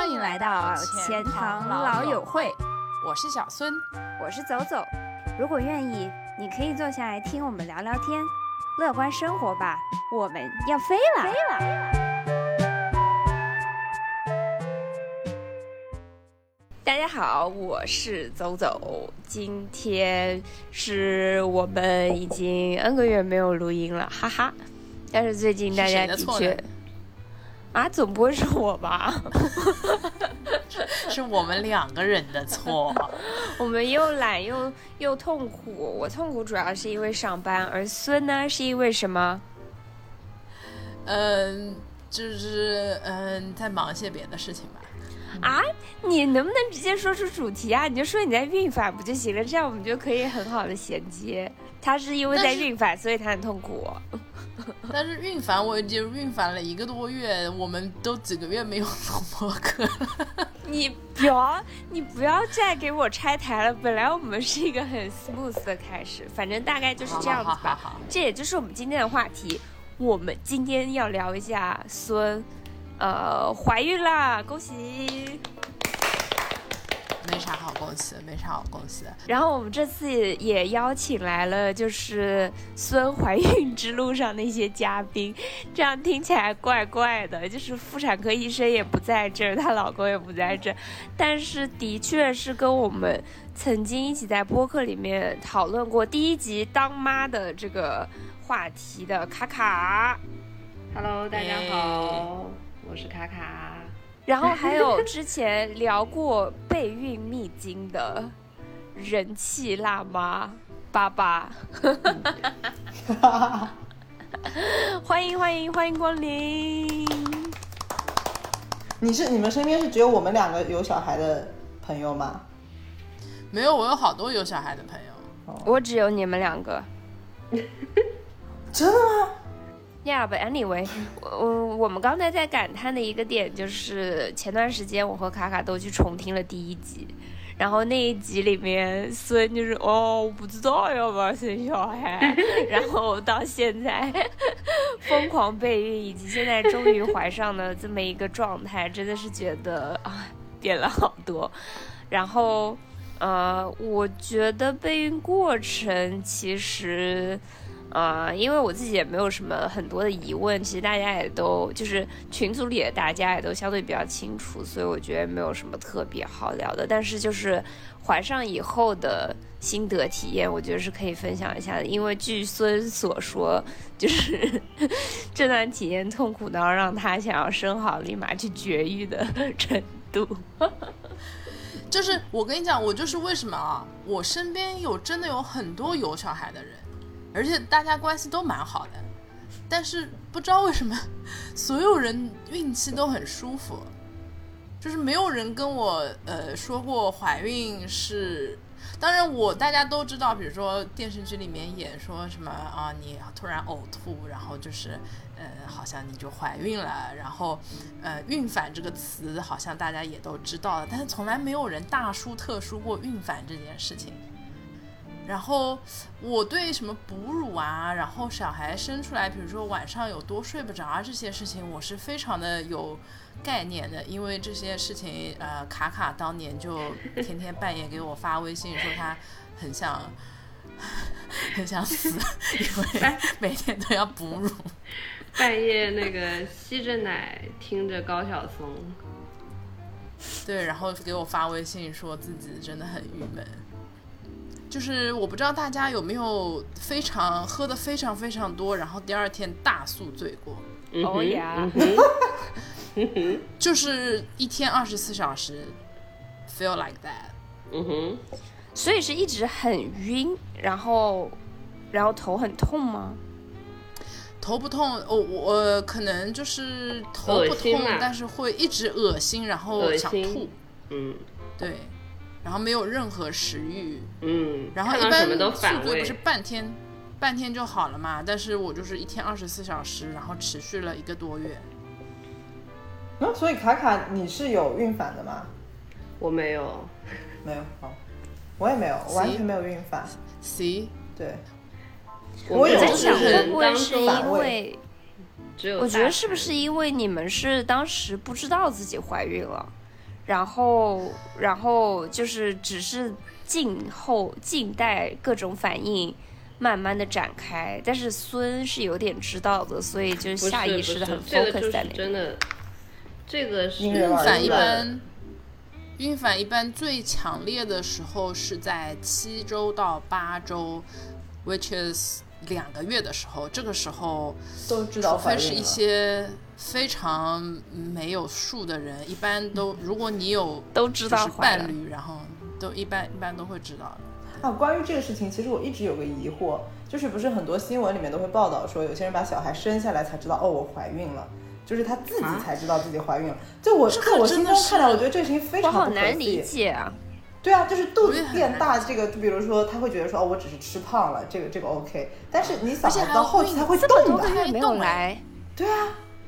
迎来到钱塘老友会， 我是小孙， 我是走走。如果愿意，你可以坐下来听我们聊聊天，乐观生活吧，我们要飞了。大家好，我是走走，今天是我们已经 N 个月没有录音了，哈哈。但是最近大家的确总不会是我吧？ 是我们2个人的错。 我们又懒又痛苦。我痛苦主要是因为上班，而孙呢是因为什么？ 在忙些别的事情吧。 你能不能直接说出主题啊？你就说你在运反不就行了？这样我们就可以很好的衔接。他是因为在运反，所以他很痛苦。 但是运反我已经运反了1个多月，我们都几个月没有录播客了。 你不要再给我拆台了。本来我们是一个很 smooth 的开始，反正大概就是这样子吧。 好， 这也就是我们今天的话题。我们今天要聊一下孙，怀孕啦，恭喜！ 没啥好恭喜的。 然后我们这次也邀请来了，就是孙怀孕之路上的一些嘉宾，这样听起来怪怪的，就是妇产科医生也不在这儿，她老公也不在这儿，但是的确是跟我们曾经一起在播客里面讨论过第1集当妈的这个话题的卡卡。 Hello， 大家好，我是卡卡。 然后还有之前聊过备孕秘经的人气辣妈爸爸。欢迎光临。 你们身边是只有我们2个有小孩的朋友吗？ 没有，我有好多有小孩的朋友。 我只有你们2个。 真的吗 ？Yeah, but anyway， 我们刚才在感叹的一个点就是，前段时间我和卡卡都去重听了第1集，然后那一集里面孙就是我不知道要不要生小孩，然后到现在疯狂备孕，以及现在终于怀上的这么一个状态，真的是觉得变了好多。然后我觉得备孕过程其实。因为我自己也没有什么很多的疑问，其实大家也都就是群组里的大家也都相对比较清楚，所以我觉得没有什么特别好聊的。但是就是怀上以后的心得体验，我觉得是可以分享一下的。因为据孙所说，就是这段体验痛苦到让他想要生好立马去绝育的程度。 就是我跟你讲，我就是为什么我身边真的有很多有小孩的人。而且大家关系都蛮好的，但是不知道为什么所有人孕期都很舒服，就是没有人跟我说过怀孕是，当然大家都知道，比如说电视剧里面演说什么你突然呕吐，然后就是好像你就怀孕了，然后孕反这个词好像大家也都知道了，但是从来没有人大书特书过孕反这件事情。然后我对什么哺乳然后小孩生出来，比如说晚上有多睡不着这些事情，我是非常的有概念的，因为这些事情卡卡当年就天天半夜给我发微信说他很想死，因为每天都要哺乳， 半夜那个吸着奶听着高晓松， 对，然后给我发微信说自己真的很郁闷。就是我不知道大家有没有喝得非常非常多，然后第2天大宿醉过。就是一天24小时 feel like that。 所以是一直很晕，然后头很痛吗？ 头不痛，我可能就是头不痛，但是会一直恶心，然后想吐。对。然后没有任何食欲，然后一般宿醉不是半天就好了嘛？但是我就是一天24小时，然后持续了1个多月。 所以卡卡你是有孕反的吗？ 我没有， 我也没有，完全没有孕反。对， 我有在想会不会是因为， 只有我觉得是不是因为你们是当时不知道自己怀孕了？ 然后就是只是静待各种反应慢慢的展开，但是孙是有点知道的，所以就下意识的很 focus 在那边。 真的，这个是孕反一般最强烈的时候是在7周到8周 which is 2个月的时候，这个时候都知道怀孕了， 除非是一些非常没有数的人，一般都如果你有都知道伴侣，然后都一般都会知道的。 关于这个事情，其实我一直有个疑惑，就是不是很多新闻里面都会报道说，有些人把小孩生下来才知道，我怀孕了，就是他自己才知道自己怀孕了。就我在我心中看来，我觉得这个事情非常不可思议。 我好难理解啊。 对啊，就是肚子变大，这个就比如说他会觉得说，我只是吃胖了，这个 OK， 但是你小孩到后期他会动的， 没有来。 对啊。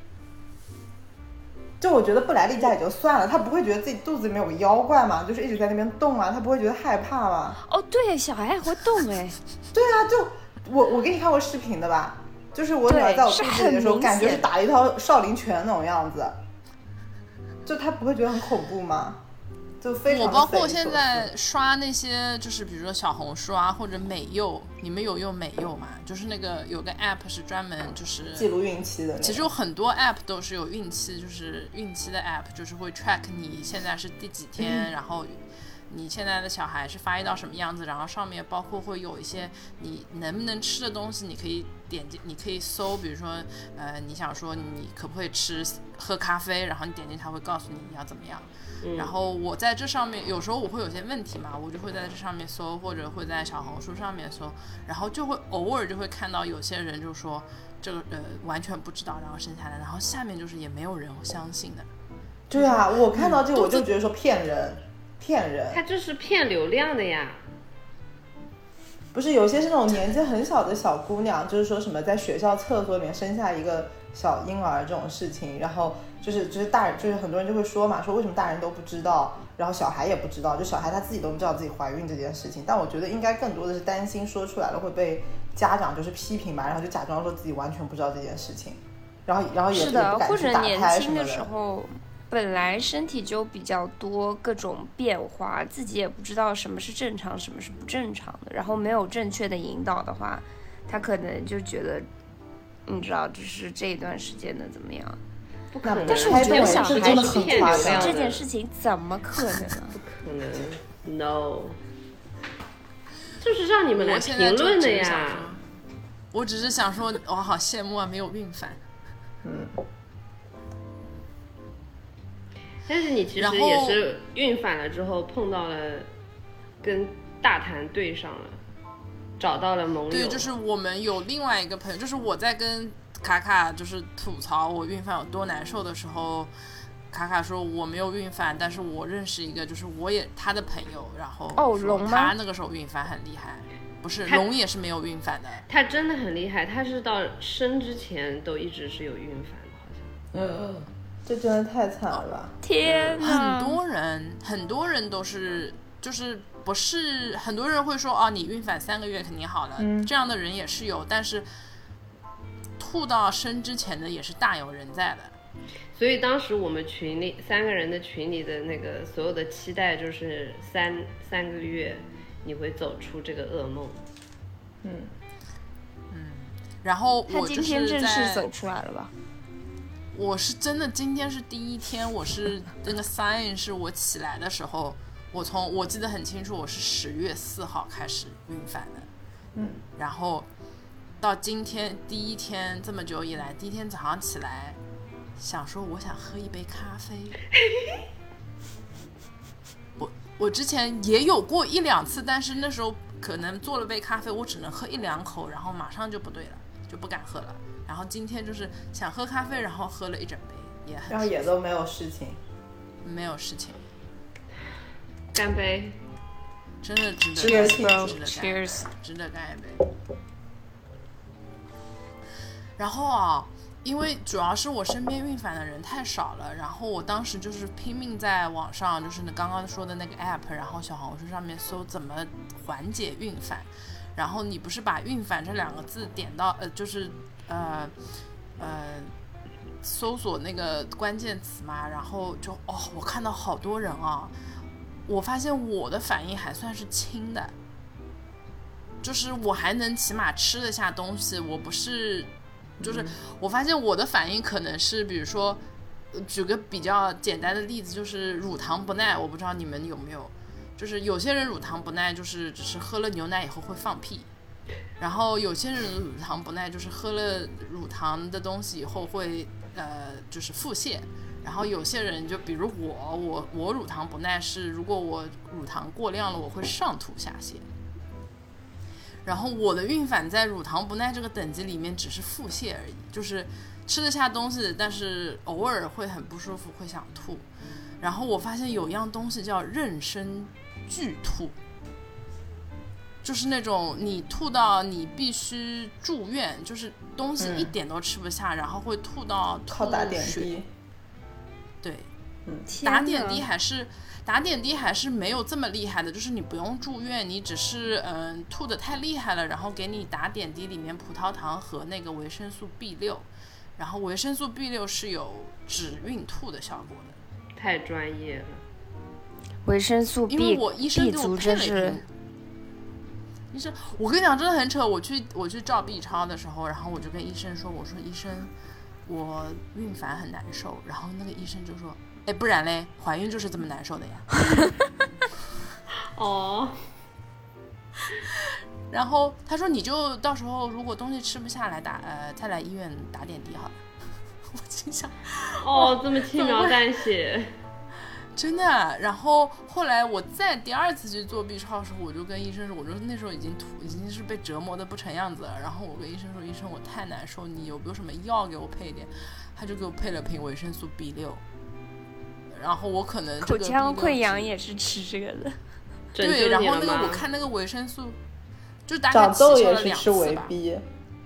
就我觉得不来例假也就算了，他不会觉得自己肚子里面有个妖怪嘛，就是一直在那边动啊，他不会觉得害怕吗？ 哦，对，小孩还会动哎。 对啊，就我给你看过视频的吧，就是我女儿在我肚子里的时候，感觉是打了一套少林拳那种样子，就他不会觉得很恐怖吗？就非常。 我包括现在刷那些，就是比如说小红书啊，或者美柚，你们有用美柚吗？就是那个有个 app 是专门就是记录孕期的。 其实有很多 app 都是有孕期，就是孕期的 app， 就是会 track 你现在是第几天，然后你现在的小孩是发育到什么样子，然后上面包括会有一些你能不能吃的东西，你可以点击，你可以搜，比如说你想说你可不可以喝咖啡，然后你点进它会告诉你要怎么样。然后我在这上面有时候我会有些问题嘛，我就会在这上面搜，或者会在小红书上面搜，然后就会偶尔就会看到有些人就说这个完全不知道，然后生下来，然后下面就是也没有人相信的。 对啊，我看到这个我就觉得说骗人， 他这是骗流量的呀。 不是，有些是那种年纪很小的小姑娘，就是说什么在学校厕所里面生下一个小婴儿这种事情，然后就是大人，就是很多人就会说嘛，说为什么大人都不知道，然后小孩也不知道，就小孩他自己都不知道自己怀孕这件事情。但我觉得应该更多的是担心说出来了会被家长就是批评嘛，然后就假装说自己完全不知道这件事情，然后也是的， 或者年轻的时候本来身体就比较多各种变化，自己也不知道什么是正常什么是不正常的，然后没有正确的引导的话，他可能就觉得你知道就是这一段时间的怎么样。 不可能， 但是我觉得小孩真的很夸张， 这件事情怎么可能呢？ 不可能 ，no， 就是让你们来评论的呀。 我只是想说，我好羡慕啊，没有孕反。 但是你其实也是孕反了之后碰到了，跟大谭对上了，找到了盟友。 对，就是我们有另外一个朋友，就是我在跟卡卡就是吐槽我孕反有多难受的时候，卡卡说我没有孕反，但是我认识一个就是他的朋友，然后龙他那个时候孕反很厉害，不是龙也是没有孕反的， 他真的很厉害，他是到生之前都一直是有孕反的，好像。 这真的太惨了吧！ 天哪， 很多人都是就是不是很多人会说你孕反3个月肯定好了，这样的人也是有，但是吐到生之前的也是大有人在的。 所以当时我们群里3个人的群里的那个所有的期待就是三个月你会走出这个噩梦。 然后我他今天正式走出来了吧？ 我是真的今天是第一天，我是那个 sign 是我起来的时候，我记得很清楚，我是10月4号开始孕反的，然后到今天第一天这么久以来，第一天早上起来想说我想喝一杯咖啡，我之前也有过1、2次，但是那时候可能做了杯咖啡，我只能喝1、2口，然后马上就不对了，就不敢喝了。然后今天就是想喝咖啡，然后喝了1整杯， 然后也都没有事情， 干杯， 真的值得 Cheers， 值得干一杯。然后因为主要是我身边孕反的人太少了，然后我当时就是拼命在网上，就是刚刚说的那个 app， 然后小红书上面搜怎么缓解孕反，然后你不是把孕反这2个字点到就是搜索那个关键词嘛，然后就我看到好多人啊，我发现我的反应还算是轻的，就是我还能起码吃得下东西，我不是，就是我发现我的反应可能是，比如说，举个比较简单的例子，就是乳糖不耐，我不知道你们有没有，就是有些人乳糖不耐，就是只是喝了牛奶以后会放屁。然后有些人乳糖不耐，就是喝了乳糖的东西以后会就是腹泻。然后有些人就比如我乳糖不耐是，如果我乳糖过量了，我会上吐下泻。然后我的孕反在乳糖不耐这个等级里面只是腹泻而已，就是吃得下东西，但是偶尔会很不舒服，会想吐。然后我发现有一样东西叫妊娠剧吐。就是那种你吐到你必须住院，就是东西一点都吃不下，然后会吐到靠打点滴。 对，打点滴还是没有这么厉害的，就是你不用住院，你只是吐得太厉害了，然后给你打点滴里面葡萄糖和那个维生素 B6， 然后维生素 B6是有止孕吐的效果的。 太专业了。 维生素 B， 因为我医生给我配了一瓶。医生，我跟你讲，真的很扯。我去照 B 超的时候，然后我就跟医生说：“我说医生，我孕反很难受。”然后那个医生就说：“哎，不然嘞，怀孕就是这么难受的呀。” 哦。 然后他说：“你就到时候如果东西吃不下来再来医院打点滴好了。”我心想：“ 这么轻描淡写。” 真的。然后后来我再第二次去做 B 超的时候，我就跟医生说，我就那时候已经是被折磨的不成样子了。然后我跟医生说，医生我太难受，你有没有什么药给我配一点？他就给我配了瓶维生素 B6。然后我可能这个口腔溃疡也是吃这个的。 对，然后那个我看那个维生素，就大概长痘也是吃维 B，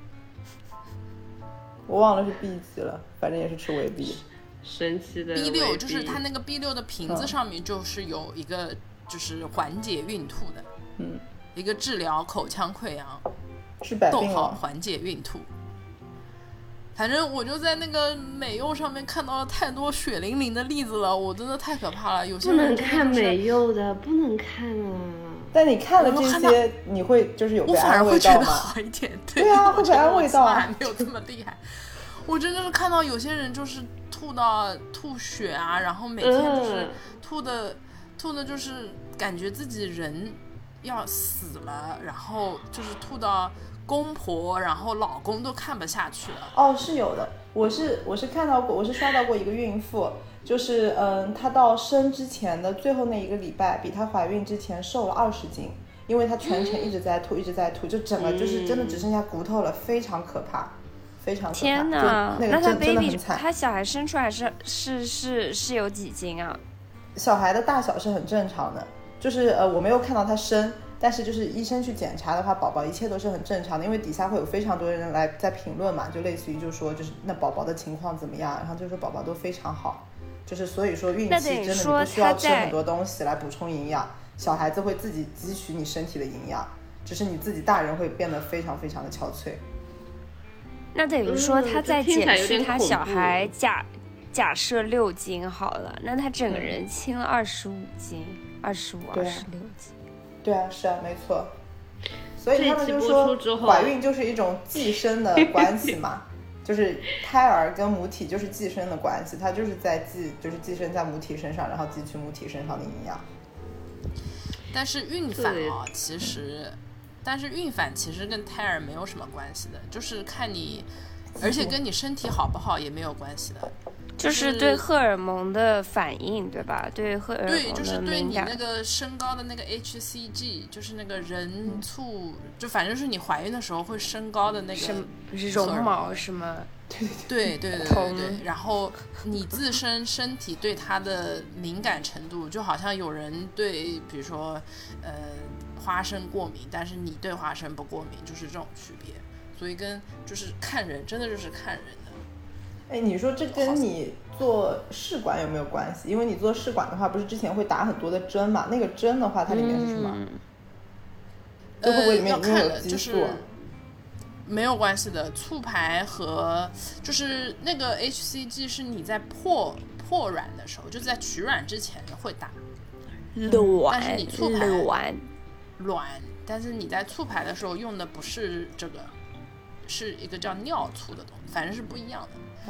我忘了是 B 级了，反正也是吃维 B。 神奇的 B6 就是它那个 B6 的瓶子上面就是有一个就是缓解孕吐的，一个治疗口腔溃疡， 是百病了， 缓解孕吐。反正我就在那个美柚上面看到了太多血淋淋的例子了，我真的太可怕了。有些人不能看美柚的，不能看啊。 但你看了这些，你会就是有被安慰到吗？ 我反而会觉得好一点。 对啊，会被安慰到啊。 还没有这么厉害。我真的是看到有些人就是吐到吐血啊，然后每天就是吐的就是感觉自己人要死了，然后就是吐到公婆然后老公都看不下去了。 是有的，我是看到过，我是刷到过一个孕妇，就是她到生之前的最后那一个礼拜，比她怀孕之前瘦了20斤，因为她全程一直在吐，一直在吐，就整个就是真的只剩下骨头了，非常可怕。非常可怕。 天哪， 那他 baby 他小孩生出来是有几斤啊？ 小孩的大小是很正常的，就是我没有看到他生，但是就是医生去检查的话，宝宝一切都是很正常的，因为底下会有非常多人来在评论嘛，就类似于就说就是那宝宝的情况怎么样，然后就说宝宝都非常好，就是所以说孕期真的你不需要吃很多东西来补充营养，小孩子会自己汲取你身体的营养，只是你自己大人会变得非常非常的憔悴。 那等于说他在解释他小孩假设6斤好了，那他整个人轻了25斤，25、26斤。 对啊，是啊，没错。所以他们就说怀孕就是一种寄生的关系嘛，就是胎儿跟母体就是寄生的关系，它就是在寄生在母体身上，然后汲取母体身上的营养。 但是孕反孕反其实跟胎儿没有什么关系的，就是看你，而且跟你身体好不好也没有关系的， 就是对荷尔蒙的反应，对吧？对荷尔蒙的敏感， 对，就是对你那个身高的那个 HCG， 就是那个人畜，就反正是你怀孕的时候会升高的那个绒毛是吗？ 对，然后你自身身体对它的敏感程度，就好像有人对比如说花生过敏，但是你对花生不过敏，就是这种区别。所以就是看人，真的就是看人的。 哎，你说这跟你做试管有没有关系？因为你做试管的话，不是之前会打很多的针嘛？那个针的话，它里面是什么？就会不会里面有激素？ 没有关系的，促排和就是那个 HCG 是你在破卵的时候，就是在取卵之前会打但是你促排卵，但是你在促排的时候用的不是这个，是一个叫尿促的东西，反正是不一样的。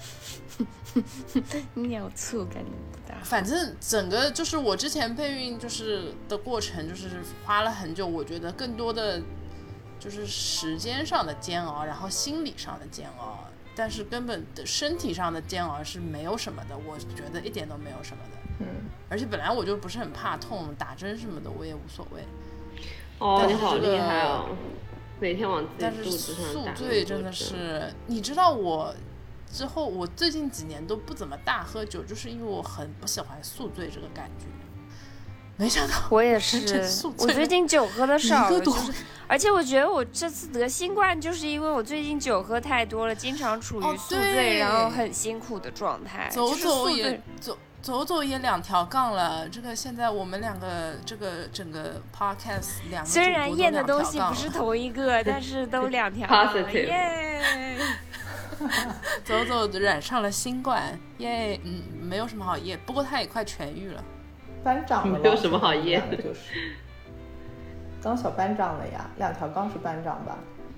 尿促感觉不大。 反正整个就是我之前备孕就是的过程，就是花了很久，我觉得更多的就是时间上的煎熬，然后心理上的煎熬，但是根本的身体上的煎熬是没有什么的，我觉得一点都没有什么的。而且本来我就不是很怕痛，打针什么的我也无所谓。 你好厉害哦！每天往自己肚子上打。 但是宿醉真的是，你知道我之后，我最近几年都不怎么大喝酒，就是因为我很不喜欢宿醉这个感觉。没想到我也是，我最近酒喝的少了，就是而且我觉得我这次得新冠，就是因为我最近酒喝太多了，经常处于宿醉，然后很辛苦的状态。 走走也2条杠了，这个现在我们2个这个整个 podcast 2个虽然验的东西不是同一个，但是都2条杠了，耶！ 走走染上了新冠，耶！没有什么好验，不过他也快痊愈了。 班长了， 没有什么好验的， 就是当小班长了呀，2条杠是班长吧？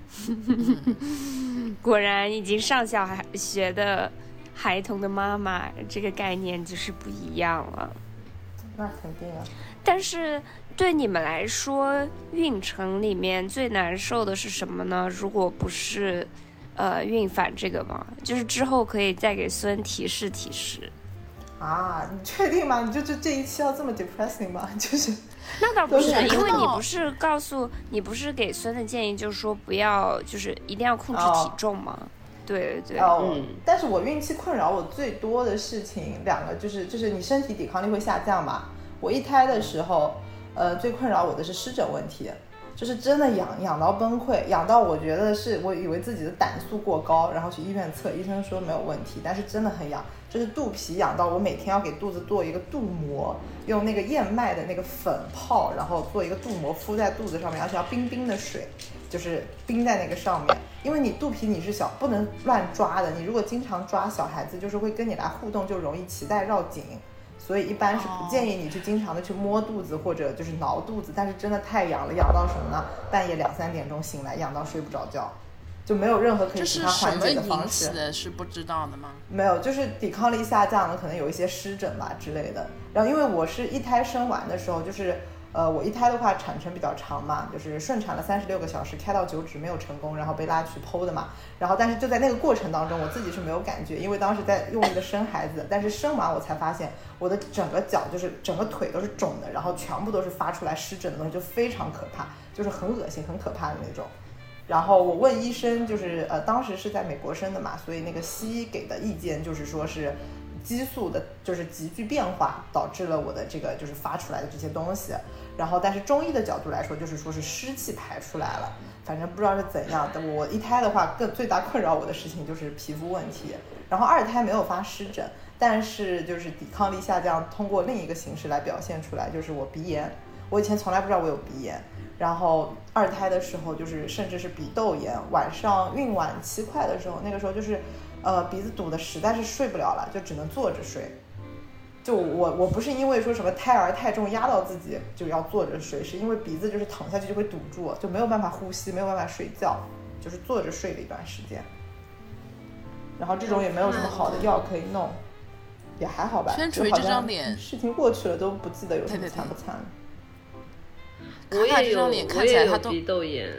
果然已经上小学的孩童的妈妈，这个概念就是不一样了。 那肯定啊。 但是对你们来说，孕程里面最难受的是什么呢？如果不是孕反这个吗？就是之后可以再给孙提示提示。 啊，你确定吗？你就这一期要这么 depressing 吗？就是那倒不是，因为你不是给孙的建议就是说不要，就是一定要控制体重吗？对对对。 但是我孕期困扰我最多的事情2个，就是你身体抵抗力会下降嘛。我一胎的时候，最困扰我的是湿疹问题，就是真的痒到崩溃，痒到我觉得是我以为自己的胆素过高，然后去医院测，医生说没有问题，但是真的很痒。就是肚皮痒到我每天要给肚子做一个肚膜，用那个燕麦的那个粉泡，然后做一个肚膜敷在肚子上面，而且要冰冰的水，就是冰在那个上面。因为你肚皮你是小，不能乱抓的，你如果经常抓小孩子，就是会跟你来互动，就容易脐带绕颈，所以一般是不建议你去经常的去摸肚子或者就是挠肚子。但是真的太痒了，痒到什么呢？半夜2、3点钟醒来，痒到睡不着觉。就没有任何可以其他缓解的方式。这是什么引起的？是不知道的吗？ 没有，就是抵抗力下降了，可能有一些湿疹吧之类的。然后因为我是一胎生完的时候，就是我一胎的话产程比较长嘛，就是顺产了36个小时，开到9指没有成功，然后被拉去剖的嘛。然后但是就在那个过程当中，我自己是没有感觉，因为当时在用力的生孩子，但是生完我才发现我的整个脚就是整个腿都是肿的，然后全部都是发出来湿疹的东西，就非常可怕，就是很恶心很可怕的那种。然后我问医生，就是当时是在美国生的嘛，所以那个西医给的意见就是说是激素的就是急剧变化导致了我的这个就是发出来的这些东西。然后但是中医的角度来说，就是说是湿气排出来了，反正不知道是怎样的。我一胎的话最大困扰我的事情就是皮肤问题，然后2胎没有发湿疹，但是就是抵抗力下降通过另一个形式来表现出来，就是我鼻炎。我以前从来不知道我有鼻炎，然后2胎的时候就是甚至是鼻窦炎，晚上孕晚期快的时候，那个时候就是鼻子堵得实在是睡不了了，就只能坐着睡。就我不是因为说什么胎儿太重压到自己就要坐着睡，是因为鼻子就是躺下去就会堵住，就没有办法呼吸，没有办法睡觉，就是坐着睡了一段时间。然后这种也没有什么好的药可以弄，也还好吧， 宣锤这张脸事情过去了都不记得有什么惨不惨。 我也有鼻窦炎，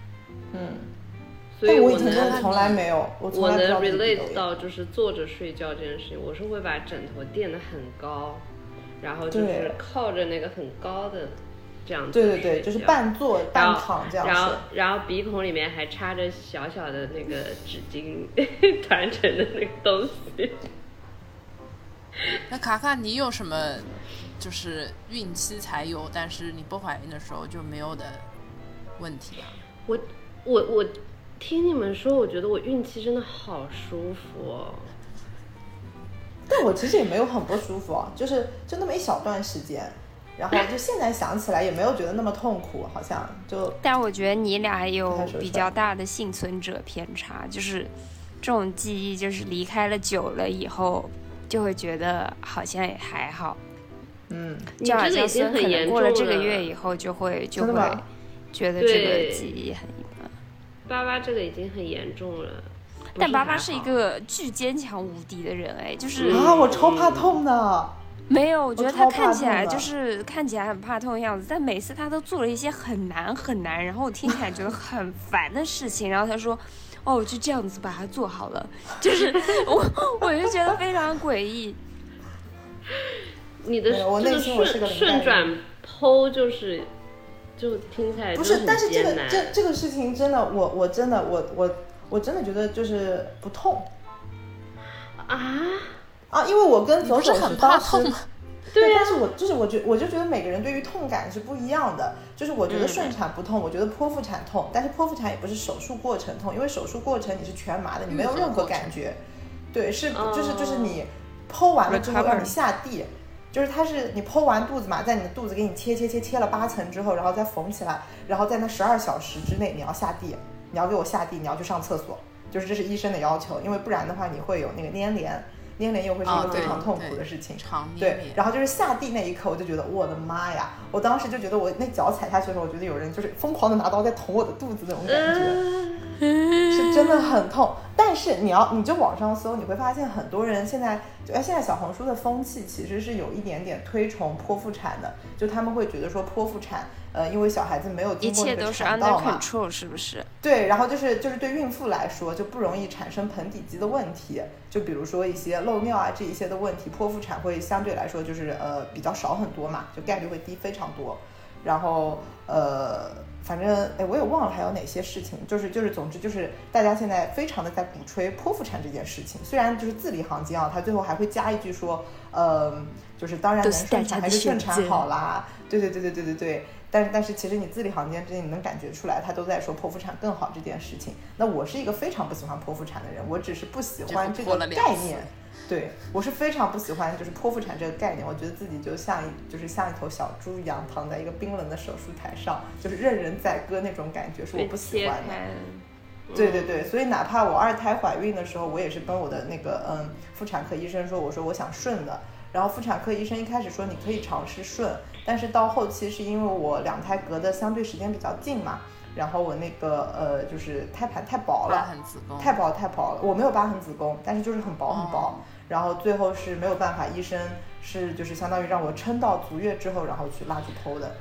所以我以前真的从来没有，我能 relate 到就是坐着睡觉这件事情，我是会把枕头垫得很高，然后就是靠着那个很高的这样子， 对，就是半坐半躺这样睡， 然后鼻孔里面还插着小小的那个纸巾团成的那个东西。 那卡卡，你有什么就是孕期才有，但是你不怀孕的时候就没有的问题啊？ 我听你们说，我觉得我孕期真的好舒服哦。 但我其实也没有很不舒服啊，就那么一小段时间。 然后就现在想起来也没有觉得那么痛苦，好像就。 但我觉得你俩有比较大的幸存者偏差，就是这种记忆，就是离开了久了以后，就会觉得好像也还好。就好像是可能过了这个月以后，就会觉得这个记忆很一般。 爸爸这个已经很严重了。 但爸爸是一个巨坚强无敌的人，哎，就是我超怕痛的。 没有，我觉得他看起来很怕痛的样子，但每次他都做了一些很难很难，然后我听起来觉得很烦的事情，然后他说哦，就这样子把它做好了，就是我就觉得非常诡异。 你的这个顺转剖就听起来不是，但是这个事情真的，我真的觉得就是不痛啊，因为我跟左手是当时，对，但是我就觉得每个人对于痛感是不一样的，就是我觉得顺产不痛，我觉得剖腹产痛，但是剖腹产也不是手术过程痛，因为手术过程你是全麻的，你没有任何感觉，对，就是你剖完了之后让你下地。就是它是你剖完肚子嘛，在你的肚子给你切了8层之后，然后再缝起来，然后在那12小时之内你要下地，你要给我下地，你要去上厕所，就是这是医生的要求，因为不然的话你会有那个粘连又会是一个非常痛苦的事情。对，然后就是下地那一刻，我就觉得我的妈呀！我当时就觉得我那脚踩下去的时候，我觉得有人就是疯狂的拿刀在捅我的肚子那种感觉，是真的很痛。但是你就网上搜，你会发现很多人现在小红书的风气其实是有一点点推崇剖腹产的，就他们会觉得说剖腹产，因为小孩子没有经过那个产道嘛， 一切都是 under control， 是不是？ 对，然后就是对孕妇来说就不容易产生盆底肌的问题，就比如说一些漏尿啊这一些的问题，剖腹产会相对来说就是比较少很多嘛，就概率会低非常多。然后反正我也忘了还有哪些事情，就是总之就是大家现在非常的在鼓吹剖腹产这件事情，虽然就是字里行间他最后还会加一句说就是当然能顺产还是顺产好啦，对，但是其实你字里行间之间你能感觉出来他都在说剖腹产更好这件事情。那我是一个非常不喜欢剖腹产的人，我只是不喜欢这个概念，对，我是非常不喜欢就是剖腹产这个概念，我觉得自己就像一头小猪一样躺在一个冰冷的手术台上，就是任人宰割那种感觉，是我不喜欢的。对，所以哪怕我2胎怀孕的时候，我也是跟我的那个妇产科医生说，我说我想顺的，然后妇产科医生一开始说你可以尝试顺，但是到后期是因为我2胎隔的相对时间比较近嘛，然后我那个就是胎盘太薄了，太薄了，我没有疤痕子宫，但是就是很薄，然后最后是没有办法，医生是就是相当于让我撑到足月之后，然后去拉去剖的。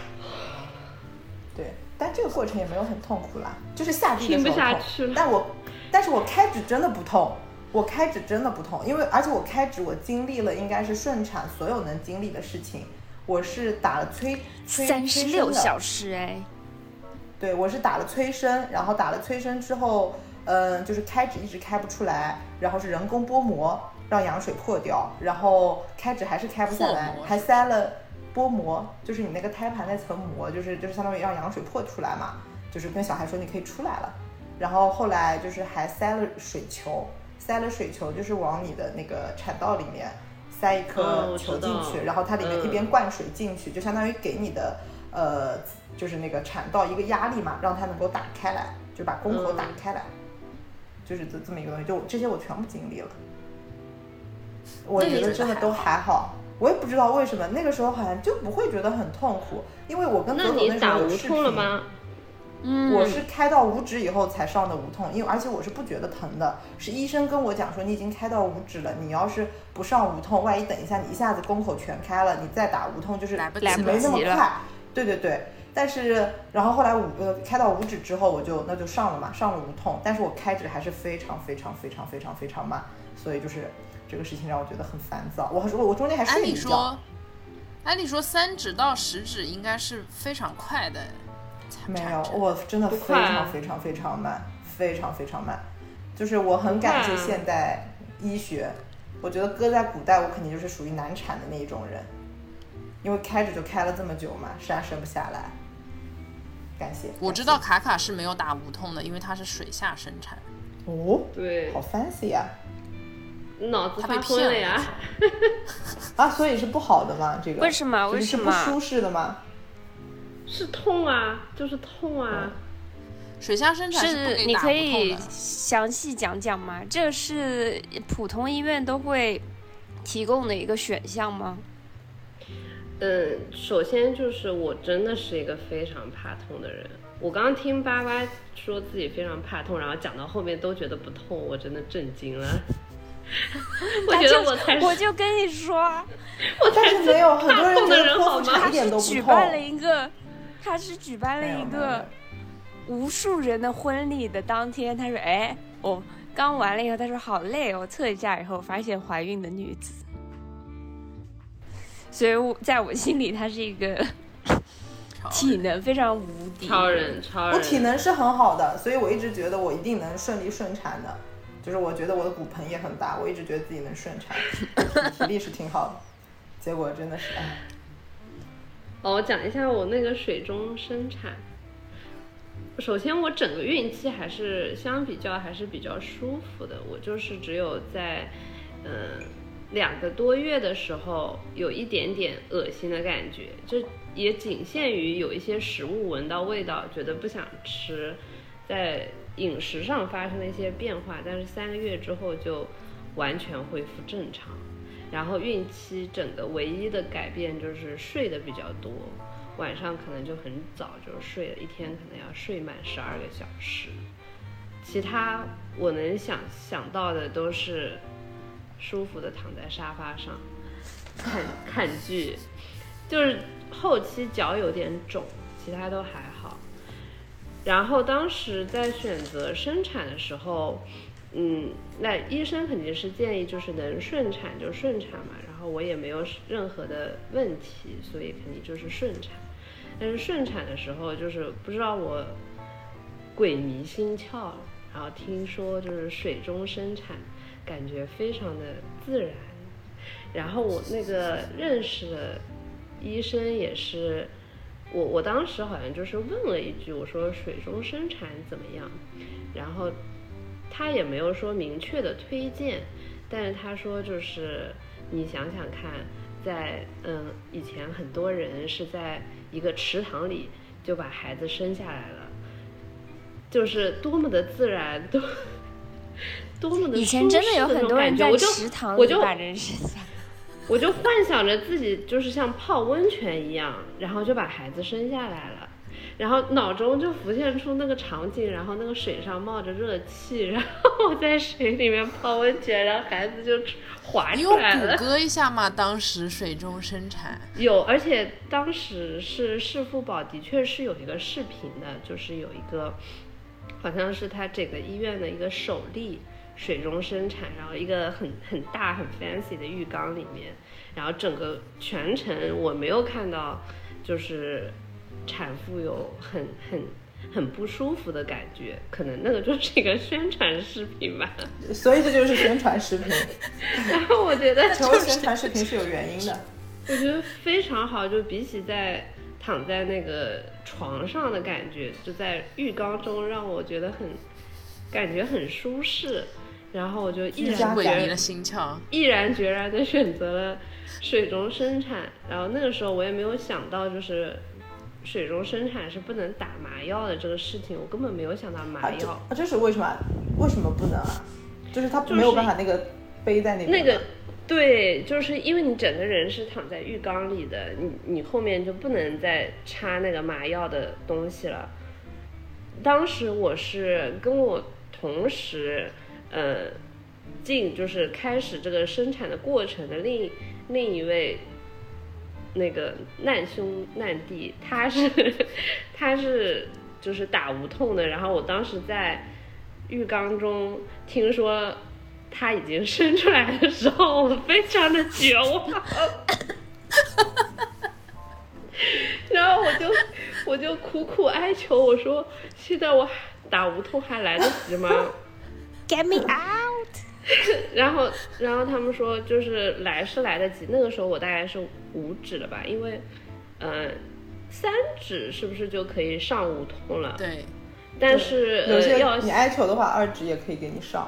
对，但这个过程也没有很痛苦啦，就是下地的时候痛，但是我开指真的不痛，因为而且我开指我经历了应该是顺产所有能经历的事情，我是打了 36小时对，我是打了催生，然后打了催生之后就是开指一直开不出来，然后是人工剥膜让羊水破掉，然后开指还是开不下来，还塞了剥膜，就是你那个胎盘那层膜，就是相当于让羊水破出来嘛，就是跟小孩说你可以出来了。然后后来就是还塞了水球，就是往你的那个产道里面塞一颗球进去，然后它里面一边灌水进去，就相当于给你的就是那个产道一个压力嘛，让它能够打开来，就把宫口打开来，就是这么一个东西，就这些我全部经历了。我觉得真的都还好，我也不知道为什么那个时候好像就不会觉得很痛苦，因为我跟左左那时候有视频。那你打无痛了吗？我是开到5指以后才上的无痛，因为而且我是不觉得疼的，是医生跟我讲说你已经开到5指了，你要是不上无痛，万一等一下你一下子宫口全开了，你再打无痛就是没那么快。对，但是然后后来开到5指之后那就上了嘛，上了无痛，但是我开指还是非常慢，所以就是这个事情让我觉得很烦躁。我中间还睡了一觉。 按理说3指到10指应该是非常快的。 没有，我真的非常慢，非常慢。就是我很感谢现代医学，我觉得搁在古代我肯定就是属于难产的那一种人，因为开指就开了这么久嘛，生不下来。感谢。 我知道卡卡是没有打无痛的，因为她是水下生产。 哦，对，好 fancy 啊。 脑子发他被骗昏了呀。 啊，所以是不好的吗？这个为什么？ 就是是不舒适的吗？ 是痛啊，就是痛啊。 水箱生产不是给打你可以不痛的。 详细讲讲吗？这是普通医院都会提供的一个选项吗？ 首先就是我真的是一个非常怕痛的人。我刚刚听巴巴说自己非常怕痛，然后讲到后面都觉得不痛，我真的震惊了。我觉得我就跟你说， 但是没有很多人觉得人好吗？ 剖腹产一点都不痛。 他是举办了一个无数人的婚礼的当天，他说：“哎，我刚完了以后，他说好累哦，测一下以后发现怀孕的女子。”所以在我心里，他是一个体能非常无敌超人。 我体能是很好的，所以我一直觉得我一定能顺利顺产的。就是我觉得我的骨盆也很大，我一直觉得自己能顺产，体力是挺好的。结果真的是哎。 我讲一下我那个水中生产。首先，我整个孕期相比较还是比较舒服的。我就是只有在2个多月的时候有一点点恶心的感觉，就也仅限于有一些食物闻到味道觉得不想吃，在饮食上发生了一些变化，但是3个月之后就完全恢复正常。然后孕期整个唯一的改变就是睡得比较多，晚上可能就很早就睡了，一天可能要睡满12个小时。其他我能想到的都是舒服的躺在沙发上看剧，就是后期脚有点肿，其他都还好。然后当时在选择生产的时候，那医生肯定是建议就是能顺产就顺产嘛，然后我也没有任何的问题，所以肯定就是顺产。但是顺产的时候就是不知道我鬼迷心窍，然后听说就是水中生产感觉非常的自然，然后我那个认识的医生也是我当时好像就是问了一句，我说水中生产怎么样，然后他也没有说明确的推荐，但是他说就是你想想看，在以前很多人是在一个池塘里就把孩子生下来了，就是多么的自然，多么的舒适。 以前真的有很多人在池塘里把人生下来， 我就幻想着自己就是像泡温泉一样，然后就把孩子生下来了，然后脑中就浮现出那个场景，然后那个水上冒着热气，然后我在水里面泡温泉，然后孩子就滑出来了。 你有谷歌一下吗？当时水中生产有，而且当时是市妇宝的确是有一个视频的，就是有一个好像是他这个医院的一个首例水中生产，然后一个很大很 fancy 的浴缸里面，然后整个全程我没有看到就是产妇有很不舒服的感觉，可能那个就是一个宣传视频吧。 所以这就是宣传视频。 然后我觉得成为宣传视频是有原因的。 我觉得非常好，就比起在躺在那个床上的感觉，就在浴缸中让我觉得感觉很舒适。然后我就毅然决然的选择了水中生产。然后那个时候我也没有想到就是水中生产是不能打麻药的这个事情，我根本没有想到麻药。 这是为什么不能啊？就是他没有办法那个背在那边。 那个对，就是因为你整个人是躺在浴缸里的，你后面就不能再插那个麻药的东西了。当时我是跟我同时就是开始这个生产的过程的另一位那个难兄难弟，他是就是打无痛的，然后我当时在浴缸中听说他已经生出来的时候，我非常的绝望。然后我就苦苦哀求，我说现在我打无痛还来得及吗 ？Get me out！ 然后他们说就是来得及，那个时候我大概是5指了吧，因为3指是不是就可以上无痛了？ 对， 但是有些你哀求的话2指也可以给你上。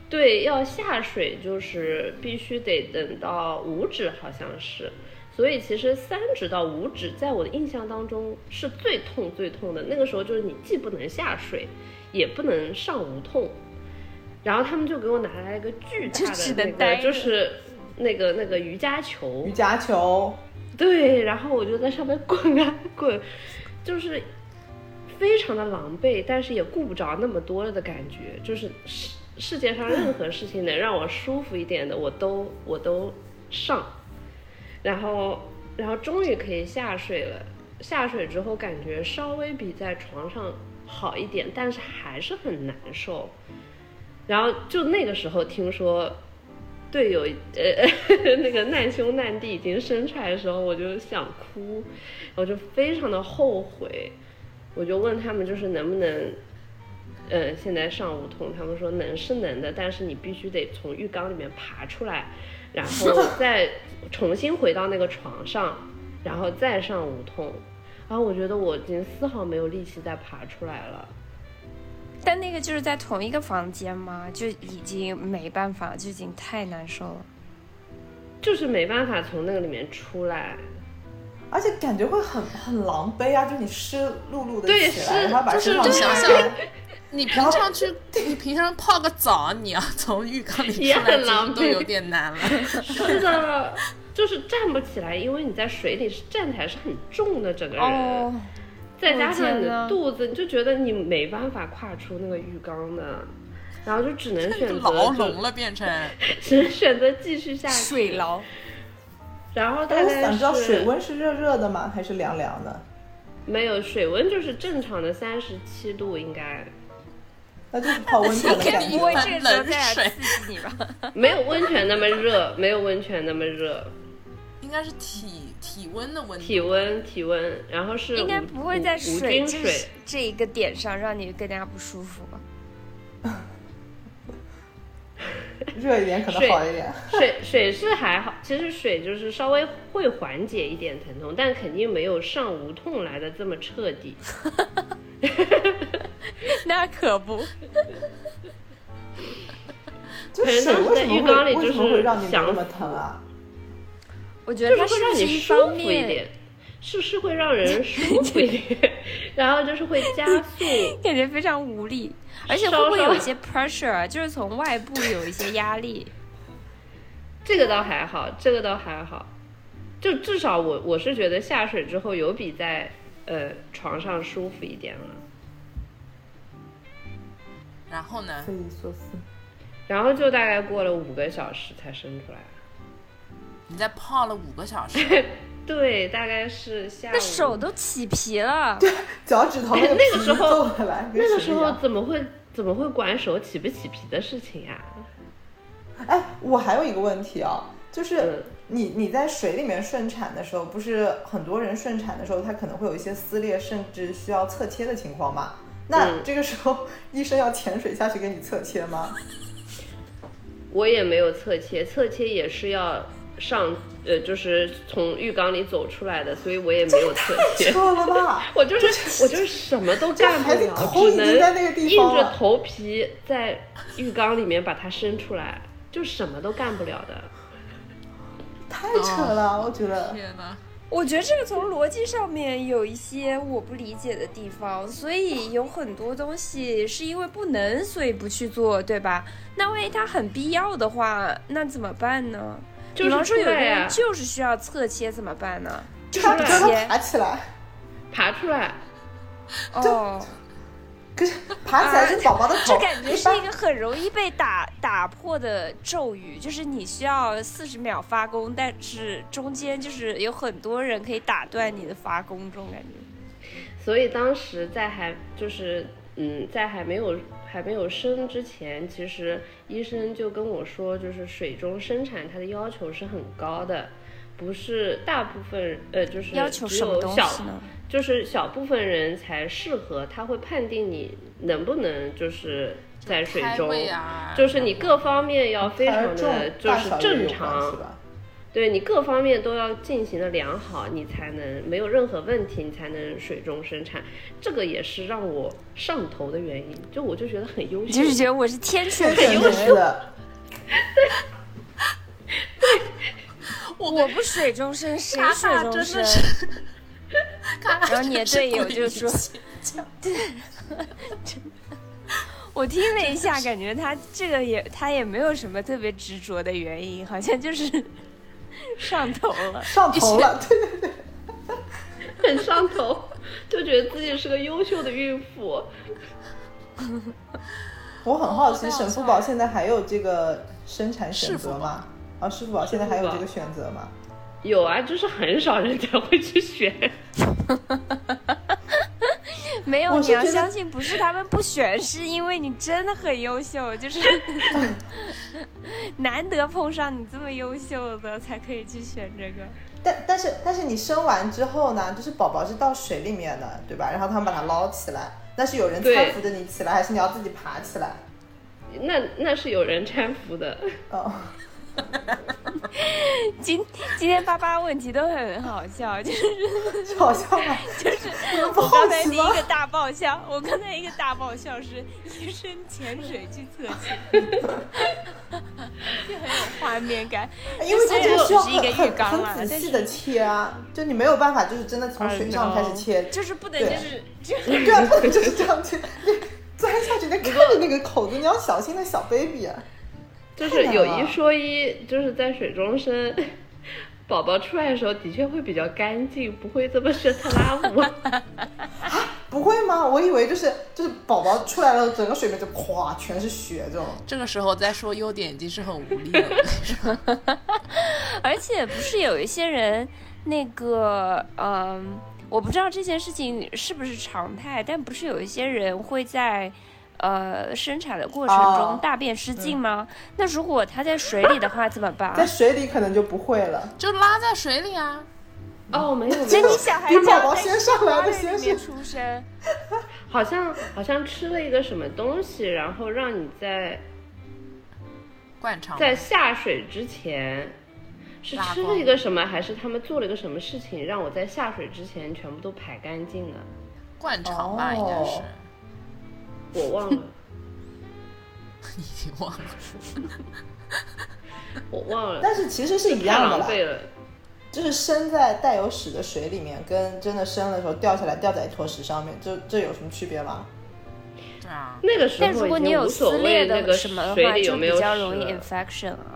对，要下水就是必须得等到5指好像是，所以其实3指到5指在我的印象当中是最痛最痛的。那个时候就是你既不能下水，也不能上无痛。然后他们就给我拿来一个巨大的那个，就是那个瑜伽球。 瑜伽球。 对，然后我就在上面滚啊滚，就是非常的狼狈，但是也顾不着那么多了的感觉，就是世界上任何事情能让我舒服一点的，我都上。然后终于可以下水了。下水之后感觉稍微比在床上好一点，但是还是很难受。然后就那个时候听说队友那个难兄难弟已经生出来的时候，我就想哭，我就非常的后悔。我就问他们就是能不能现在上无痛，他们说能是能的，但是你必须得从浴缸里面爬出来，然后再重新回到那个床上，然后再上无痛。然后我觉得我已经丝毫没有力气再爬出来了。 但那个就是在同一个房间吗？就已经没办法，就已经太难受了， 就是没办法从那个里面出来， 而且感觉会很狼狈啊！就你湿漉漉的起来， 对， 然后把身上就是想象你平常泡个澡，你要从浴缸里出来，其实都有点难了。 是的，就是站不起来，因为你在水里站起来是很重的整个人。 哦， 再加上你的肚子，你就觉得你没办法跨出那个浴缸的，然后就只能选择牢笼了，变成只能选择继续下去水牢。 然后大概是我想知道水温是热热的吗，还是凉凉的？ 没有，水温就是正常的37度应该。 那就是泡温泉的感觉。 不会这个时候再来刺激你吧？ 没有温泉那么热，没有温泉那么热。 应该是体温的问题。 体温，然后是应该不会在水这一个点上让你更加不舒服吧？ 热一点可能好一点。 水是还好，其实水就是稍微会缓解一点疼痛，但肯定没有上无痛来的这么彻底。 那可不。 就水为什么会让你没那么疼啊？ 我觉得它就是会让你舒服一点，是会让人舒服一点，然后就是会加速， 感觉非常无力，而且会不会有一些 pressure， 就是从外部有一些压力？ 这个倒还好，就至少我是觉得下水之后有比在床上舒服一点了。 然后呢？ 匪夷所思。 然后就大概过了5个小时才生出来。 你在泡了5个小时？ 对，大概是下午。 那手都起皮了。 对，脚趾头那个时候皱回来。 那个时候怎么会管手起不起皮的事情呀？ 哎，我还有一个问题啊，就是你在水里面顺产的时候，不是很多人顺产的时候，他可能会有一些撕裂，甚至需要侧切的情况嘛？那这个时候医生要潜水下去给你侧切吗？ 我也没有侧切，侧切也是要上就是从浴缸里走出来的，所以我也没有侧切。 太扯了吧！ 我就是什么都干不了， 只能硬着头皮在浴缸里面把它生出来，就什么都干不了的。 太扯了，我觉得。 天哪！ 我觉得这个从逻辑上面有一些我不理解的地方，所以有很多东西是因为不能，所以不去做，对吧？那万一它很必要的话，那怎么办呢？比方说有的人就是需要侧切，怎么办呢？就是切爬起来， 爬出来。 哦， 可是爬起来是宝宝的头， 这感觉是一个很容易被打破的咒语，就是你需要40秒发功，但是中间就是有很多人可以打断你的发功，这种感觉。 所以当时在还没有生之前，其实医生就跟我说，就是水中生产它的要求是很高的，不是大部分就是要求什么东西呢？ 就是小部分人才适合，他会判定你能不能就是在水中，就是你各方面要非常的就是正常， 对你各方面都要进行的良好，你才能没有任何问题，你才能水中生产。这个也是让我上头的原因，我就觉得很优秀， 就是觉得我是天选很优秀的。 我不水中生，谁水中生？然后你的队友就说：“对。”我听了一下，感觉他这个他也没有什么特别执着的原因，好像就是上头了， 上头了，对对对， 很上头，就觉得自己是个优秀的孕妇。 我很好奇，沈父宝现在还有这个生产选择吗？世父宝现在还有这个选择吗？ 有啊，就是很少人才会去选。 没有，你要相信，不是他们不选，是因为你真的很优秀，就是难得碰上你这么优秀的，才可以去选这个。 但是你生完之后呢，就是宝宝是到水里面的，对吧？然后他们把它捞起来，那是有人搀扶着你起来，还是你要自己爬起来？ 那是有人搀扶的。 哦。 今天爸爸问题都很好笑，就是好笑吗？ 就是我刚才第一个大爆笑，是医生潜水去测情，就很有画面感。 因为它这个需要是一个浴缸很仔细的切啊，就你没有办法，就是真的从水上开始切， 就是不能就是对啊，不能就是这样切，你钻下去，你看着那个口子，你要小心的小 baby 啊。 就是有一说一，就是在水中生，宝宝出来的时候的确会比较干净，不会这么血特拉姆。 不会吗？我以为就是宝宝出来了，整个水面就咵全是血这种。 这个时候再说优点已经是很无力了。 而且不是有一些人那个我不知道这件事情是不是常态，但不是有一些人会在生产的过程中大便失禁吗？那如果他在水里的话怎么办？ 在水里可能就不会了， 就拉在水里啊。 哦，没有， 这你小孩比宝宝先上来的先是出生。 好像吃了一个什么东西，然后让你在下水之前，是吃了一个什么，还是他们做了一个什么事情，让我在下水之前全部都排干净了？ 灌肠吧，应该是。 我忘了。 你已经忘了。 我忘了。 但是其实是一样的啦。 太狼狈了。 就是生在带有屎的水里面，跟真的生的时候掉下来掉在一坨屎上面，这有什么区别吗？ 对啊。 那个时候， 但如果你有撕裂的什么的话，就比较容易 infection 啊。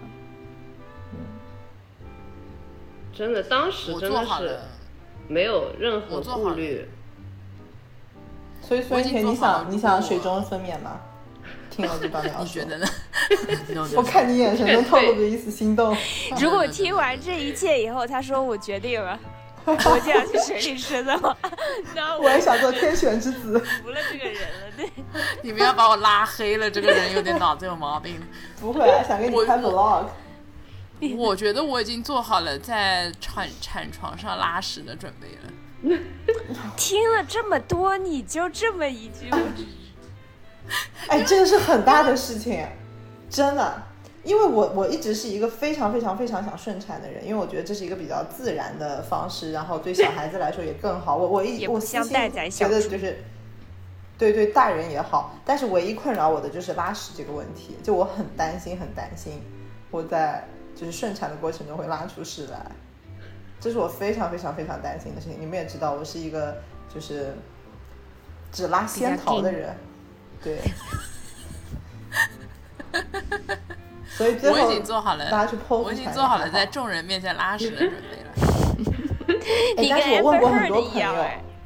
真的，当时真的是没有任何顾虑。 所以你想水中分娩吗？听了这段描述， 你觉得呢？ 我看你眼神中透露着一丝心动。 如果听完这一切以后，他说我决定了，我就要去水里生的话，那我也想做天选之子。 服了这个人了，对。 你们要把我拉黑了，这个人有点脑子有毛病。 不会啊，想给你拍 vlog。 我觉得我已经做好了在产床上拉屎的准备了。 听了这么多，你就这么一句， 哎，这个是很大的事情，真的。因为我一直是一个非常非常非常想顺产的人，因为我觉得这是一个比较自然的方式，然后对小孩子来说也更好。我私心觉得就是对大人也好，但是唯一困扰我的就是拉屎这个问题，就我很担心我在就是顺产的过程中会拉出屎来，这是我非常非常非常担心的事情。你们也知道，我是一个就是只拉仙桃的人，对。所以最后我已经做好了， 我已经做好了在众人面前拉屎的准备了。 但是我问过很多朋友，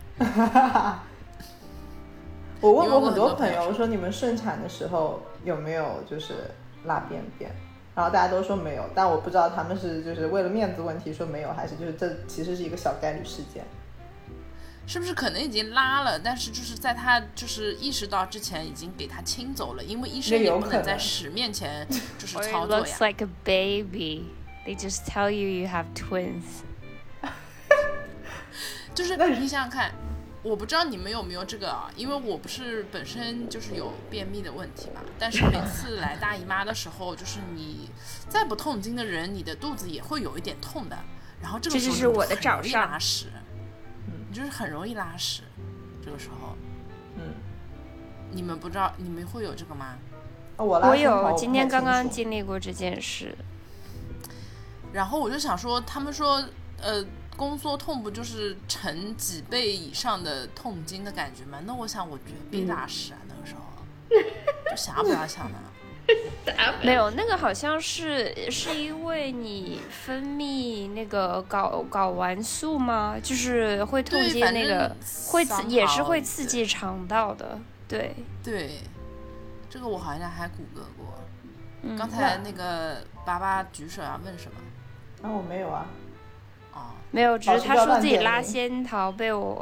我问过很多朋友，我说你们顺产的时候有没有就是拉便便？然后大家都说没有，但我不知道他们是就是为了面子问题说没有，还是就是这其实是一个小概率事件。 是不是可能已经拉了，但是就是在他就是意识到之前已经给他清走了，因为医生也不能在屎面前就是操作呀。 Or it looks like a baby. They just tell you you have twins. 就是你想想看， 我不知道你们有没有这个啊，因为我不是本身就是有便秘的问题嘛，但是每次来大姨妈的时候，就是你再不痛经的人，你的肚子也会有一点痛的，然后这个时候这就是我的很容易早上拉屎，你就是很容易拉屎，这个时候，你们不知道你们会有这个吗？ 我有，今天刚刚经历过这件事。 然后我就想说，他们说，宫缩痛不就是成几倍以上的痛经的感觉吗？那我想，我绝对拉屎啊，那个时候，就想不要想呢。 没有，那个好像是因为你分泌那个睾丸素吗？就是会痛经那个，也是会刺激肠道的。对， 这个我好像还谷歌过。刚才那个爸爸举手要问什么？ 我没有啊。 没有，只是他说自己拉仙桃被我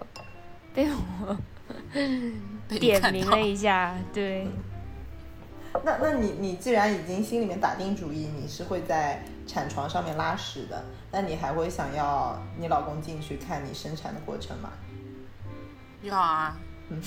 点名了一下，对。 那你既然已经心里面打定主意，你是会在产床上面拉屎的，那你还会想要你老公进去看你生产的过程吗？ 要啊。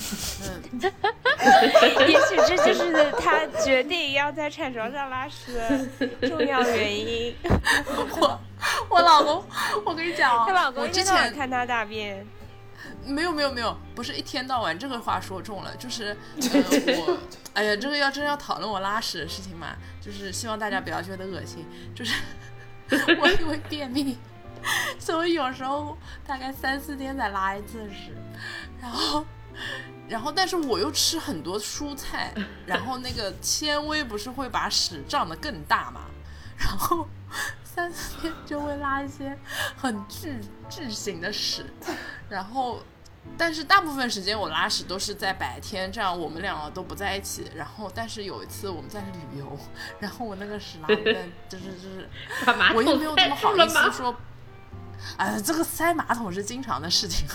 也许这就是他决定要在产床上拉屎的重要原因。 我老公，我跟你讲他老公我之前看他大便。 没有，不是一天到晚，这个话说中了，就是我，哎呀，这个真要讨论我拉屎的事情嘛，就是希望大家不要觉得恶心，就是我因为便秘，所以有时候大概3-4天才拉一次屎，然后但是我又吃很多蔬菜，然后那个纤维不是会把屎胀得更大嘛，然后3-4天就会拉一些很巨型的屎，然后但是大部分时间我拉屎都是在白天，这样我们两个都不在一起。然后但是有一次我们在旅游，然后我那个屎拉的就是我也没有这么好意思说，这个塞马桶是经常的事情。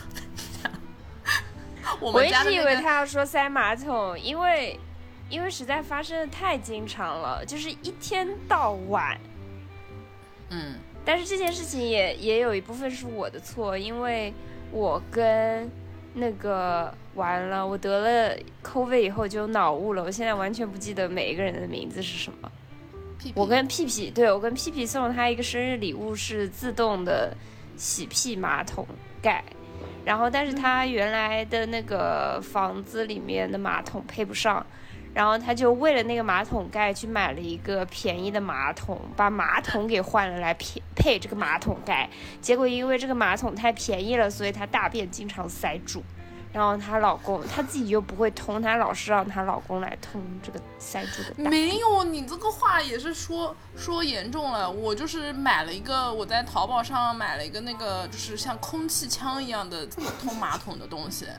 我一直以为他要说塞马桶，因为实在发生的太经常了，就是一天到晚。但是这件事情也有一部分是我的错，因为我跟那个完了，我得了 COVID 以后就脑雾了，我现在完全不记得每一个人的名字是什么。我跟屁屁送了他一个生日礼物，是自动的洗屁马桶盖，然后但是他原来的那个房子里面的马桶配不上，然后他就为了那个马桶盖去买了一个便宜的马桶，把马桶给换了来配这个马桶盖，结果因为这个马桶太便宜了，所以他大便经常塞住，然后她老公她自己又不会通，她老是让她老公来通这个塞住的大便。 没有，你这个话也是说严重了。我就是买了一个，我在淘宝上买了一个那个就是像空气枪一样的通马桶的东西。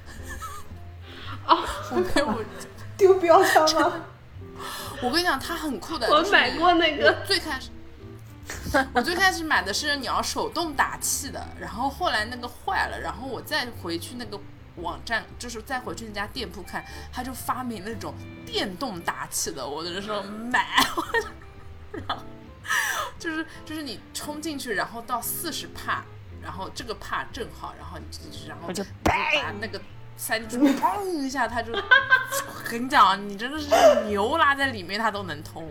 我没有丢标枪吗？ 我跟你讲，它很酷的。 我买过那个。 我最开始买的是你要手动打气的，然后后来那个坏了，然后我再回去那个网站，就是再回去那家店铺看，他就发明那种电动打气的，我那时候买，然后就是你冲进去，然后到40帕，然后这个帕正好，然后你然后就把那个塞进去，砰一下，他就跟你讲，你真的是牛拉在里面，它都能通。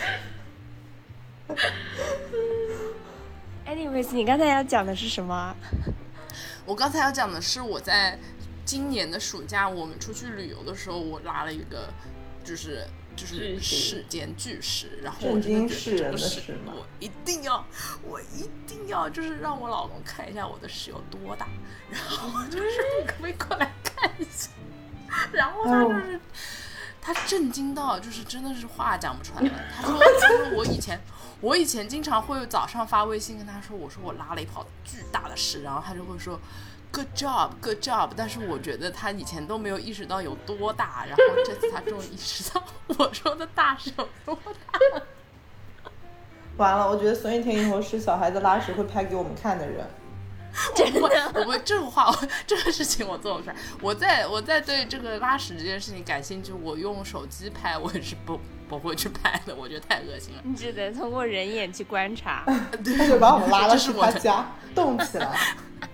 Anyways， 你刚才要讲的是什么？ 我刚才要讲的是我在今年的暑假，我们出去旅游的时候，我拉了一个就是世间巨屎，然后我真的觉得这个屎我一定要就是让我老公看一下我的屎有多大，然后就是你可不可以过来看一下？然后他就是他震惊到就是真的是话讲不出来了。他说我以前经常会早上发微信跟他说，我说我拉了一泡巨大的屎，然后他就会说 good job， 但是我觉得他以前都没有意识到有多大，然后这次他终于意识到我说的大是有多大。 完了，我觉得孙一天以后是小孩子拉屎会拍给我们看的人。 我这个话，这个事情我做不出来。我在对这个拉屎这件事情感兴趣，我用手机拍，我也是不会去拍的，我觉得太恶心了。 你只能通过人眼去观察。 他就把我们拉到他家，动起来。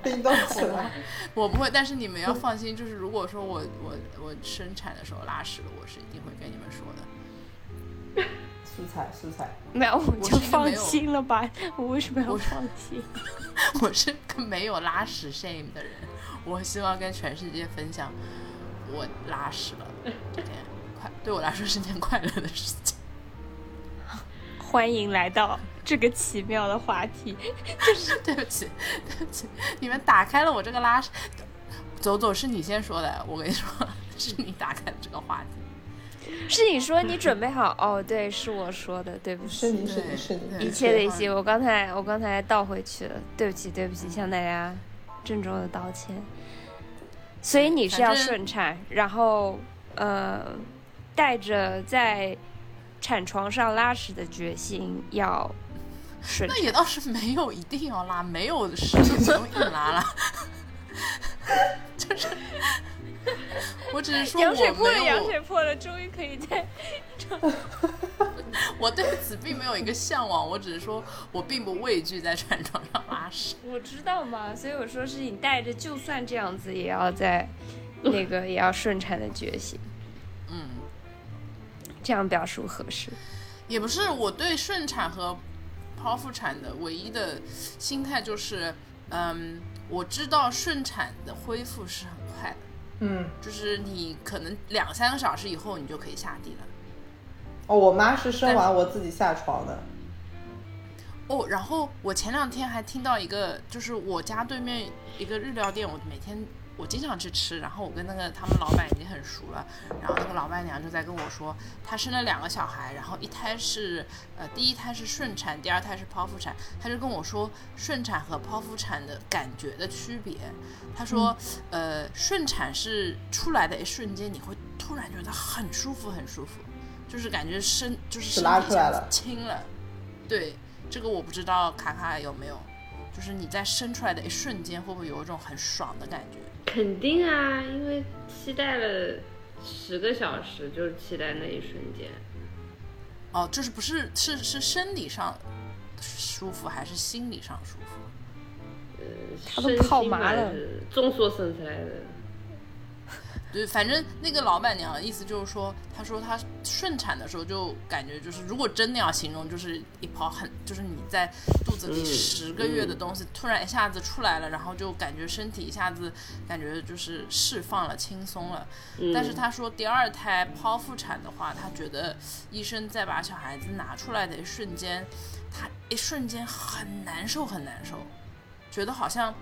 冰冻起来。 我不会，但是你们要放心，就是如果说我生产的时候拉屎了，我是一定会跟你们说的。 素材， 没有，我就放是一个没有心了吧？我为什么要放心？ 我是个没有拉屎 shame 的人，我希望跟全世界分享我拉屎了这件对我来说是件快乐的事情。 欢迎来到这个奇妙的话题。 对不起，你们打开了我这个拉屎。走是你先说的，我跟你说，是你打开了这个话题。 是你说你准备好？哦，对，是我说的，对不起。 是你， 一切的一切，我刚才倒回去了，对不起，向大家郑重的道歉。所以你是要顺产，然后带着在产床上拉屎的决心要顺产。 那也倒是没有一定要拉，没有屎就不用硬拉了。就是我只是说羊水破了，终于可以在我对此并没有一个向往，我只是说我并不畏惧在产床上拉屎。 我知道嘛，所以我说是你带着就算这样子也要在那个也要顺产的决心。这样表述合适。 也不是，我对顺产和剖腹产的唯一的心态就是我知道顺产的恢复是很快的，就是你可能2-3个小时以后你就可以下地了。 我妈是生完我自己下床的。 然后我前2天还听到一个，就是我家对面一个日料店，我经常去吃，然后我跟他们老板已经很熟了，然后那个老板娘就在跟我说，她生了2个小孩，然后第一胎是顺产，第2胎是剖腹产，她就跟我说顺产和剖腹产的感觉的区别。她说顺产是出来的一瞬间你会突然觉得很舒服，就是感觉就是身体一下子轻了。对，这个我不知道卡卡有没有，就是你在生出来的一瞬间会不会有一种很爽的感觉？ 肯定啊，因为期待了10个小时，就是期待那一瞬间。 就是不是生理上舒服还是心理上舒服？ 他都泡麻了， 综所生出来的。 对，反正那个老板娘的意思就是说，她说她顺产的时候就感觉就是，如果真的要形容，就是一泡就是你在肚子里10个月的东西突然一下子出来了，然后就感觉身体一下子感觉就是释放了、轻松了。但是她说第2胎剖腹产的话，她觉得医生在把小孩子拿出来的一瞬间，她一瞬间很难受，觉得好像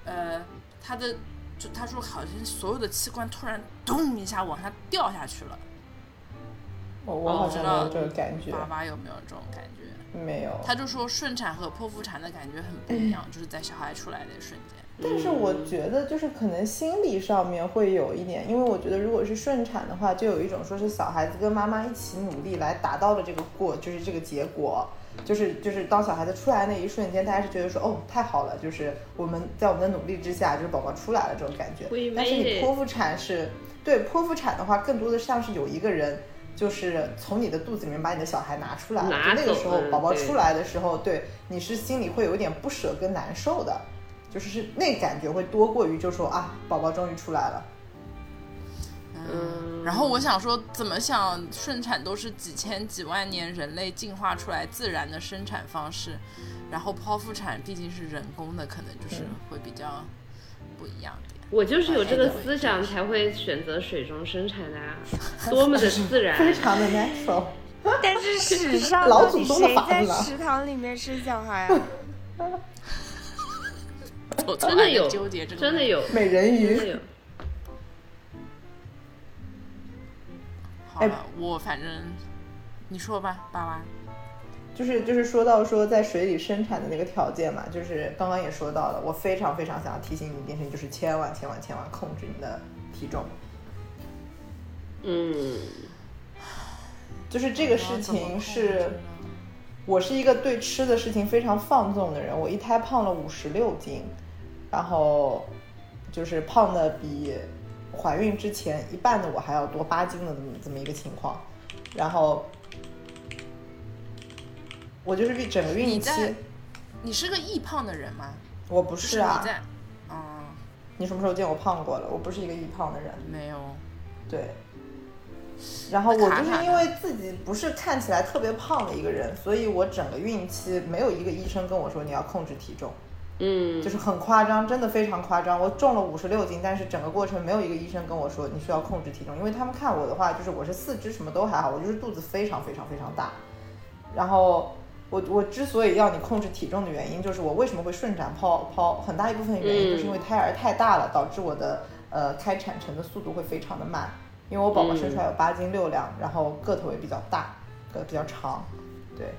他说好像所有的器官突然咚一下往下掉下去了。 我好像没有这个感觉。 爸爸有没有这种感觉？ 没有。 他就说顺产和剖腹产的感觉很不一样，就是在小孩出来的瞬间。 但是我觉得就是可能心理上面会有一点，因为我觉得如果是顺产的话，就有一种说是小孩子跟妈妈一起努力来达到了就是这个结果。就是当小孩子出来那一瞬间，大家是觉得说太好了，就是我们在我们的努力之下，就是宝宝出来了这种感觉。但是你剖腹产剖腹产的话，更多的像是有一个人就是从你的肚子里面把你的小孩拿出来了，就那个时候宝宝出来的时候，对你是心里会有点不舍跟难受的，就是那感觉会多过于就说宝宝终于出来了。 然后我想说，怎么想顺产都是几千几万年人类进化出来自然的生产方式，然后剖腹产毕竟是人工的，可能就是会比较不一样点。 我就是有这个思想才会选择水中生产的多么的自然， 非常的 natural。 但是史上老到底祖宗的谁在法子食堂里面生小孩真的有纠结这个， 真的有美人鱼， 真的有。 好了，我反正你说吧，爸爸。 就是说到说在水里生产的那个条件嘛，就是刚刚也说到了，我非常非常想要提醒你一件事情，就是千万控制你的体重。就是这个事情是，我是一个对吃的事情非常放纵的人，我一胎胖了56斤，然后就是胖的比怀孕之前一半的我还要多8斤的这么一个情况，然后我就是整个孕期。 你是个易胖的人吗？ 我不是啊。 就是你什么时候见我胖过了？我不是一个易胖的人。 没有。 对。然后我就是因为自己不是看起来特别胖的一个人，所以我整个孕期没有一个医生跟我说你要控制体重。就是很夸张，真的非常夸张。我重了56斤，但是整个过程没有一个医生跟我说你需要控制体重，因为他们看我的话，就是我是四肢什么都还好，我就是肚子非常非常非常大。然后我之所以要你控制体重的原因，就是我为什么会顺产抛很大一部分原因就是因为胎儿太大了，导致我的开产程的速度会非常的慢，因为我宝宝生出来有8斤6两，然后个头也比较大，比较长，对。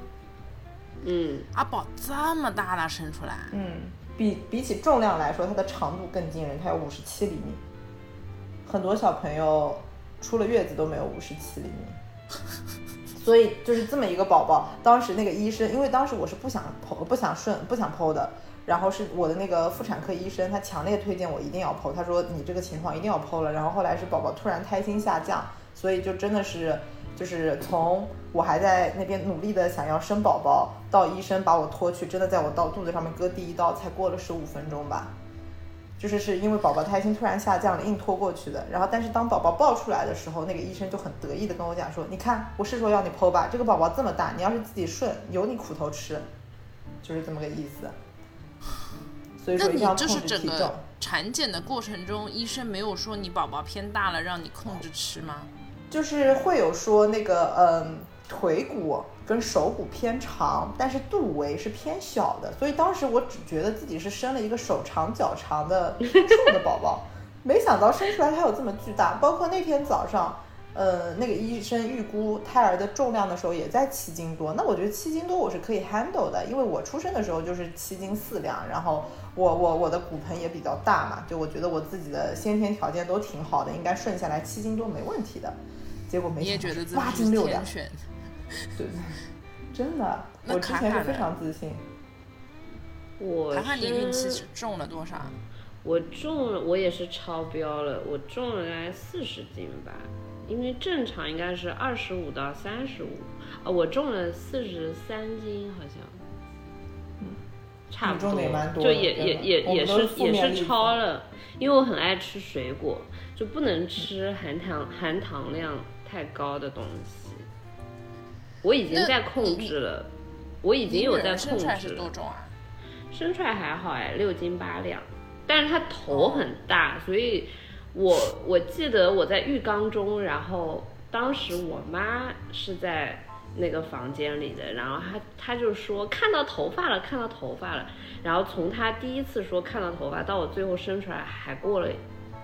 阿宝这么大了生出来， 比起重量来说，它的长度更惊人，它有57厘米。很多小朋友出了月子都没有57厘米，所以就是这么一个宝宝。当时那个医生，因为当时我是不想剖的，然后是我的那个妇产科医生，他强烈推荐我一定要剖，他说你这个情况一定要剖了。然后后来是宝宝突然胎心下降，所以就真的是就是从我还在那边努力的想要生宝宝，到医生把我拖去，真的在我肚子上面割第一刀，才过了15分钟吧。是因为宝宝胎心突然下降了，硬拖过去的。然后但是当宝宝抱出来的时候，那个医生就很得意的跟我讲说，你看我是说要你剖吧，这个宝宝这么大，你要是自己顺，有你苦头吃，就是这么个意思。所以说一定要控制体重。 那你就是整个产检的过程中，医生没有说你宝宝偏大了让你控制吃吗？ 就是会有说那个腿骨跟手骨偏长，但是肚围是偏小的，所以当时我只觉得自己是生了一个手长脚长的粗瘦的宝宝，没想到生出来它有这么巨大。包括那天早上那个医生预估胎儿的重量的时候也在7斤多，那我觉得7斤多我是可以 handle 的，因为我出生的时候就是7斤4两，然后我的骨盆也比较大嘛，就我觉得我自己的先天条件都挺好的，应该顺下来7斤多没问题的。结果没想到8斤6两，对，真的，我之前是非常自信。 看看你孕期重了多少？ 我也是超标了，我重了大概40斤吧，因为正常应该是25到35，我重了43斤好像，差不多，就也是超了，因为我很爱吃水果，就不能吃含糖量太高的东西。我已经在控制了，我已经有在控制了。 生出来是多重啊？ 生出来还好6斤8两，但是他头很大，所以我记得我在浴缸中，然后当时我妈是在那个房间里的，然后他就说看到头发了，然后从他第一次说看到头发到我最后生出来还过了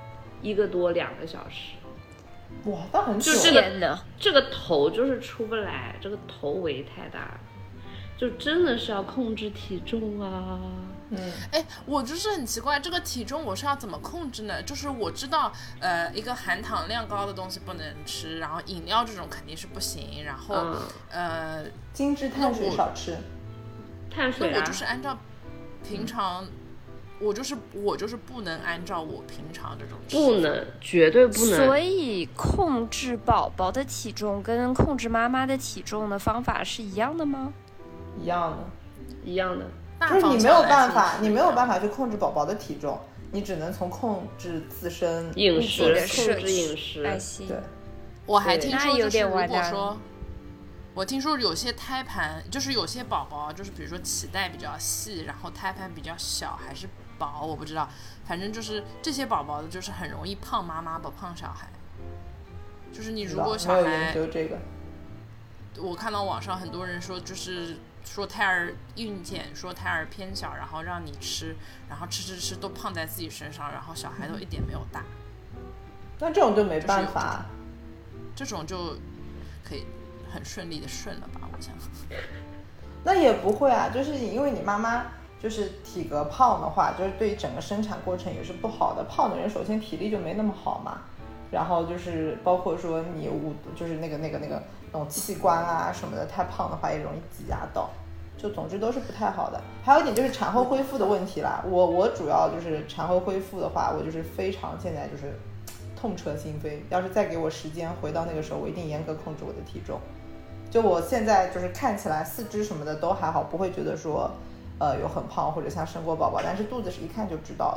1个多2个小时。 哇，那很久。 就这个头就是出不来，这个头围太大了，就真的是要控制体重啊。 我就是很奇怪，这个体重我是要怎么控制呢？就是我知道，一个含糖量高的东西不能吃，然后饮料这种肯定是不行，然后精致碳水少吃。 碳水那我就是按照平常。我就是不能按照我平常这种吃， 不能，绝对不能。 所以控制宝宝的体重跟控制妈妈的体重的方法是一样的吗？ 一样的。就是你没有办法去控制宝宝的体重，你只能从控制自身饮食， 控制饮食。 对， 我还听说就是如果说。我听说有些胎盘，就是有些宝宝，就是比如说脐带比较细，然后胎盘比较小还是薄，我不知道，反正就是这些宝宝的，就是很容易胖妈妈不胖小孩。就是你如果小孩，我看到网上很多人说，就是说胎儿孕检，说胎儿偏小，然后让你吃，然后吃都胖在自己身上，然后小孩都一点没有大。 那这种就没办法， 这种就可以很顺利的顺了吧，我想。 那也不会啊，就是因为你妈妈就是体格胖的话，就是对于整个生产过程也是不好的。胖的人首先体力就没那么好嘛，然后就是包括说你就是那种器官啊什么的，太胖的话也容易挤压到，就总之都是不太好的。还有一点就是产后恢复的问题啦，我主要就是产后恢复的话，我就是非常现在就是痛彻心扉，要是再给我时间回到那个时候，我一定严格控制我的体重。就我现在就是看起来四肢什么的都还好，不会觉得说有很胖或者像生过宝宝，但是肚子是一看就知道的。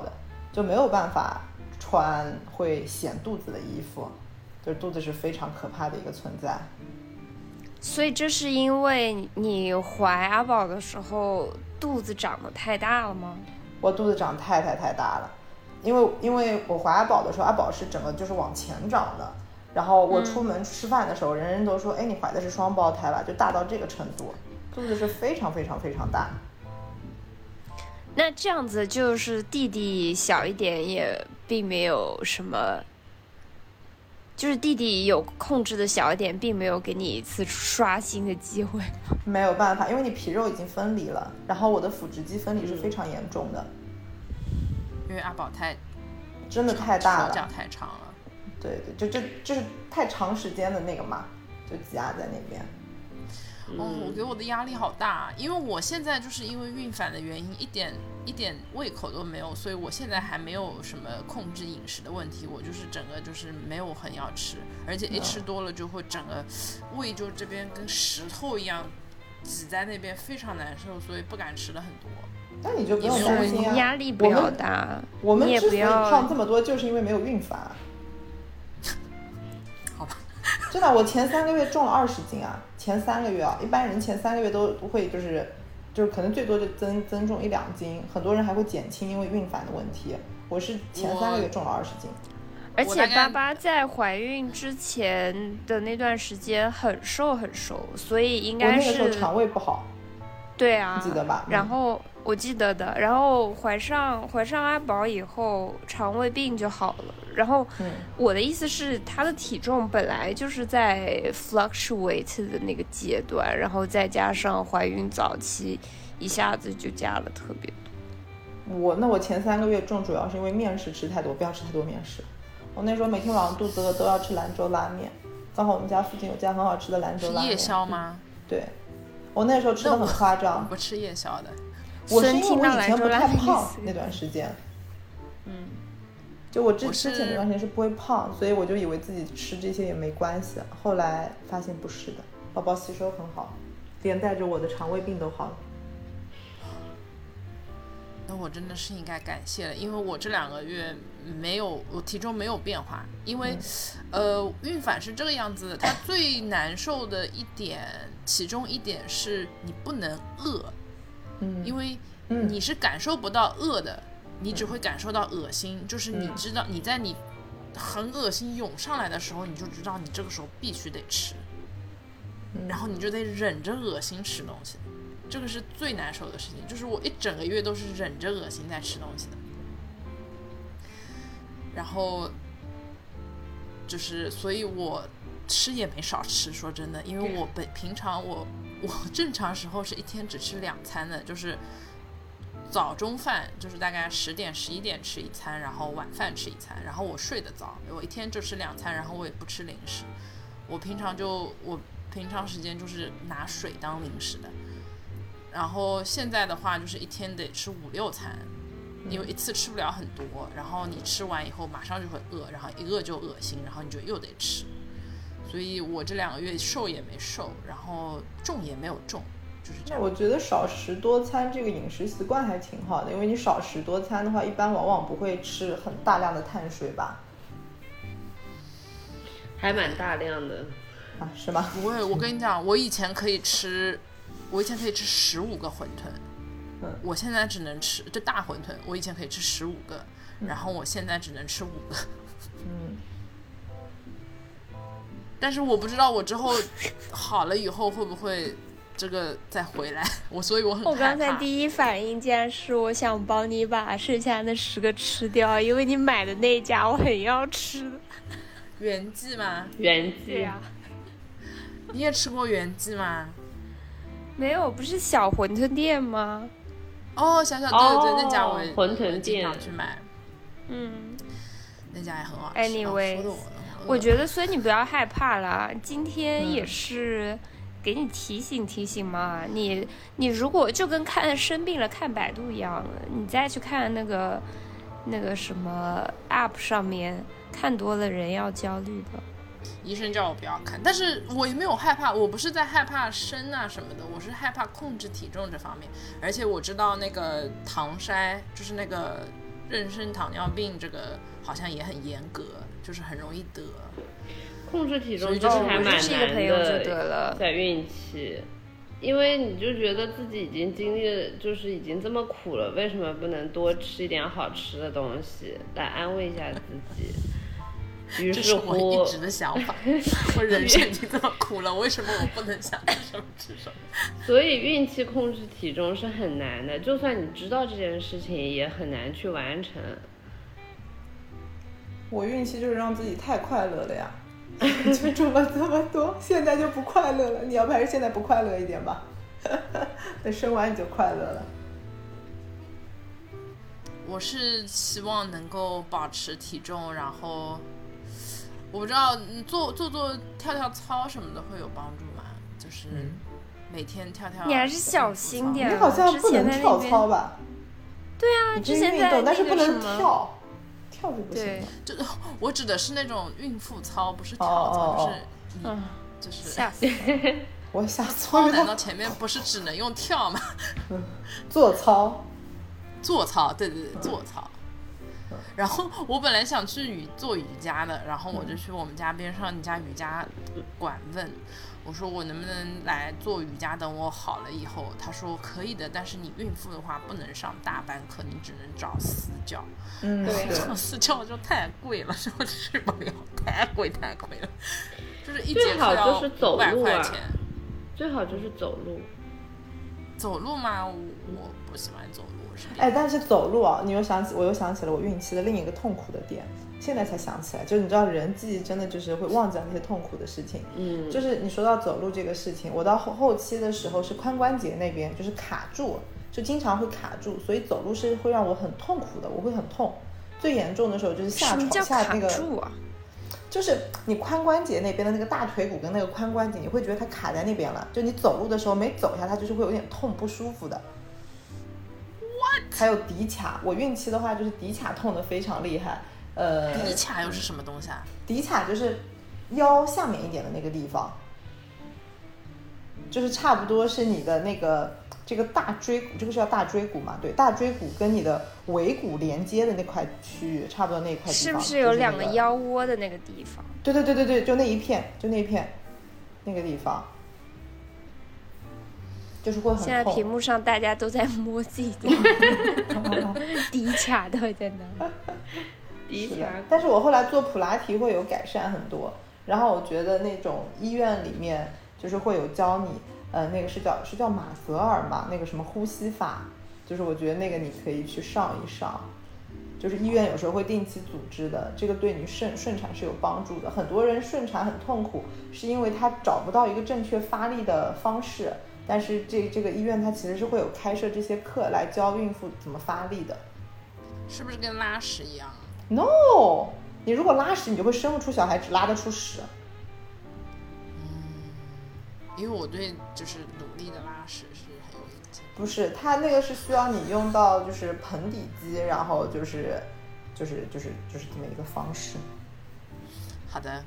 就没有办法穿会显肚子的衣服，就是肚子是非常可怕的一个存在。 所以这是因为你怀阿宝的时候肚子长得太大了吗？ 我肚子长得太大了，因为我怀阿宝的时候，阿宝是整个就是往前长的，然后我出门吃饭的时候，人人都说，哎，你怀的是双胞胎了，就大到这个程度，肚子是非常大。 那这样子就是弟弟小一点也并没有什么，就是弟弟有控制的小一点，并没有给你一次刷新的机会。 没有办法，因为你皮肉已经分离了，然后我的腹直肌分离是非常严重的， 因为阿宝真的太大了， 手脚太长了。 对，就是太长时间的那个嘛，就挤压在那边。 我给我的压力好大，因为我现在就是因为孕反的原因，一点胃口都没有，所以我现在还没有什么控制饮食的问题，我就是整个就是没有很要吃，而且一吃多了就会整个胃就这边跟石头一样挤在那边，非常难受，所以不敢吃的很多。 那你就不用担心啊， 压力不要大， 我们之所以你也不要胖这么多，就是因为没有孕反。 好吧， 真的，我前3个月重了20斤啊，前3个月啊，一般人前3个月都不会，就是可能最多就增重1-2斤，很多人还会减轻，因为孕反的问题。我是前3个月重了20斤。 而且爸爸在怀孕之前的那段时间很瘦，所以应该是我那个时候肠胃不好。 对啊， 记得吧？ 然后我记得的，然后怀上阿宝以后，肠胃病就好了。然后我的意思是，他的体重本来就是在 fluctuate 的那个阶段，然后再加上怀孕早期，一下子就加了特别多。 我前3个月重，主要是因为面食吃太多，不要吃太多面食。我那时候每天晚上肚子饿都要吃兰州拉面，刚好我们家附近有家很好吃的兰州拉面。 是夜宵吗？ 对，我那时候吃的很夸张。 我不吃夜宵的。 我是因为我以前不太胖那段时间，就我之前那段时间是不会胖，所以我就以为自己吃这些也没关系，后来发现不是的，宝宝吸收很好，连带着我的肠胃病都好了。 那我真的是应该感谢了，因为我这2个月我体重没有变化，因为孕反是这个样子的，它最难受的其中一点是你不能饿，因为你是感受不到饿的，你只会感受到恶心，就是你知道你在你很恶心涌上来的时候，你就知道你这个时候必须得吃，然后你就得忍着恶心吃东西，这个是最难受的事情，就是我一整个月都是忍着恶心在吃东西的。然后就是所以我吃也没少吃，说真的，因为我平常我正常时候是一天只吃2餐的，就是早中饭，就是大概10点11点吃1餐，然后晚饭吃1餐，然后我睡得早，我一天就吃2餐，然后我也不吃零食，我平常时间就是拿水当零食的。然后现在的话就是一天得吃5-6餐，因为一次吃不了很多，然后你吃完以后马上就会饿，然后一饿就恶心，然后你就又得吃，所以我这2个月瘦也没瘦，然后重也没有重，就是这样。 我觉得少食多餐这个饮食习惯还挺好的，因为你少食多餐的话，一般往往不会吃很大量的碳水吧？ 还蛮大量的啊，是吗？ 不会，我跟你讲，我以前可以吃15个馄饨，我现在只能吃这大馄饨，我以前可以吃15个，然后我现在只能吃5个。但是我不知道我之后好了以后会不会这个再回来，所以我很害怕。 我刚才第一反应竟然是我想帮你把剩下那10个吃掉，因为你买的那家我很要吃的。 原记吗？ 原记。 对呀。 你也吃过原记吗？ 没有，不是小馄饨店吗？ 哦，小对，那家我馄饨经常去买，那家也很好吃。 Anyway，我觉得，所以你不要害怕啦。今天也是给你提醒嘛。你如果就跟生病了看百度一样的，你再去看那个什么 App 上面，看多了人要焦虑的。 医生叫我不要看，但是我也没有害怕，我不是在害怕生啊什么的，我是害怕控制体重这方面。而且我知道那个糖筛，就是那个妊娠糖尿病这个好像也很严格，就是很容易得。 控制体重真的还蛮难的，在孕期，因为你就觉得自己已经经历了，就是已经这么苦了，为什么不能多吃一点好吃的东西来安慰一下自己？于是乎， 这是我一直的想法。我人生已经这么苦了，为什么我不能想吃什么吃什么？ 所以孕期控制体重是很难的，就算你知道这件事情，也很难去完成。 我孕期就是让自己太快乐了呀，就做了这么多，现在就不快乐了。你要不还是现在不快乐一点吧？等生完你就快乐了。 我是希望能够保持体重，然后我不知道做跳操什么的会有帮助吗？就是每天跳。 你还是小心点。 你好像不能跳操吧？ 对啊， 你之前运动，但是不能跳。跳就不行。 就我指的是那种孕妇操，不是跳操，就是吓死我吓死操。难道前面不是只能用跳吗？ 做操， 对，做操。然后我本来想去做瑜伽的，然后我就去我们家边上一家瑜伽馆问，我说我能不能来做瑜伽，等我好了以后。他说可以的，但是你孕妇的话不能上大班课，你只能找私教。 对， 找私教就太贵了，就去不了，太贵了，就是一节课要500块钱。 最好就是走路。 走路嘛，我不喜欢走路。 但是走路啊，我又想起了我孕期的另一个痛苦的点，现在才想起来，就是你知道人记忆真的就是会忘记那些痛苦的事情。就是你说到走路这个事情，我到后期的时候是髋关节那边就是卡住，就经常会卡住，所以走路是会让我很痛苦的，我会很痛。最严重的时候就是下床下那个，就是你髋关节那边的那个大腿骨跟那个髋关节，你会觉得它卡在那边了，就你走路的时候没走下，它就是会有点痛不舒服的。还有骶髂，我孕期的话就是骶髂痛得非常厉害。 骶髂又是什么东西啊？ 骶髂就是腰下面一点的那个地方，就是差不多是你的那个这个大椎骨，这个是叫大椎骨嘛？对，大椎骨跟你的尾骨连接的那块区域，差不多那块地方。 是不是有两个腰窝的那个地方？ 对，就那一片，那个地方。就是会很痛。 现在屏幕上大家都在摸自己的骶髂到底在哪？ 骶髂。 但是我后来做普拉提会有改善很多，然后我觉得那种医院里面就是会有教你，那个是叫马泽尔嘛，那个什么呼吸法，就是我觉得那个你可以去上一上，就是医院有时候会定期组织的，这个对你顺产是有帮助的。很多人顺产很痛苦，是因为他找不到一个正确发力的方式。但是这个医院它其实是会有开设这些课来教孕妇怎么发力的。 是不是跟拉屎一样 ？No， 你如果拉屎，你就会生不出小孩，只拉得出屎。 因为我对就是努力的拉屎是很有意见。 不是，它那个是需要你用到就是盆底肌，然后就是这么一个方式。 好的。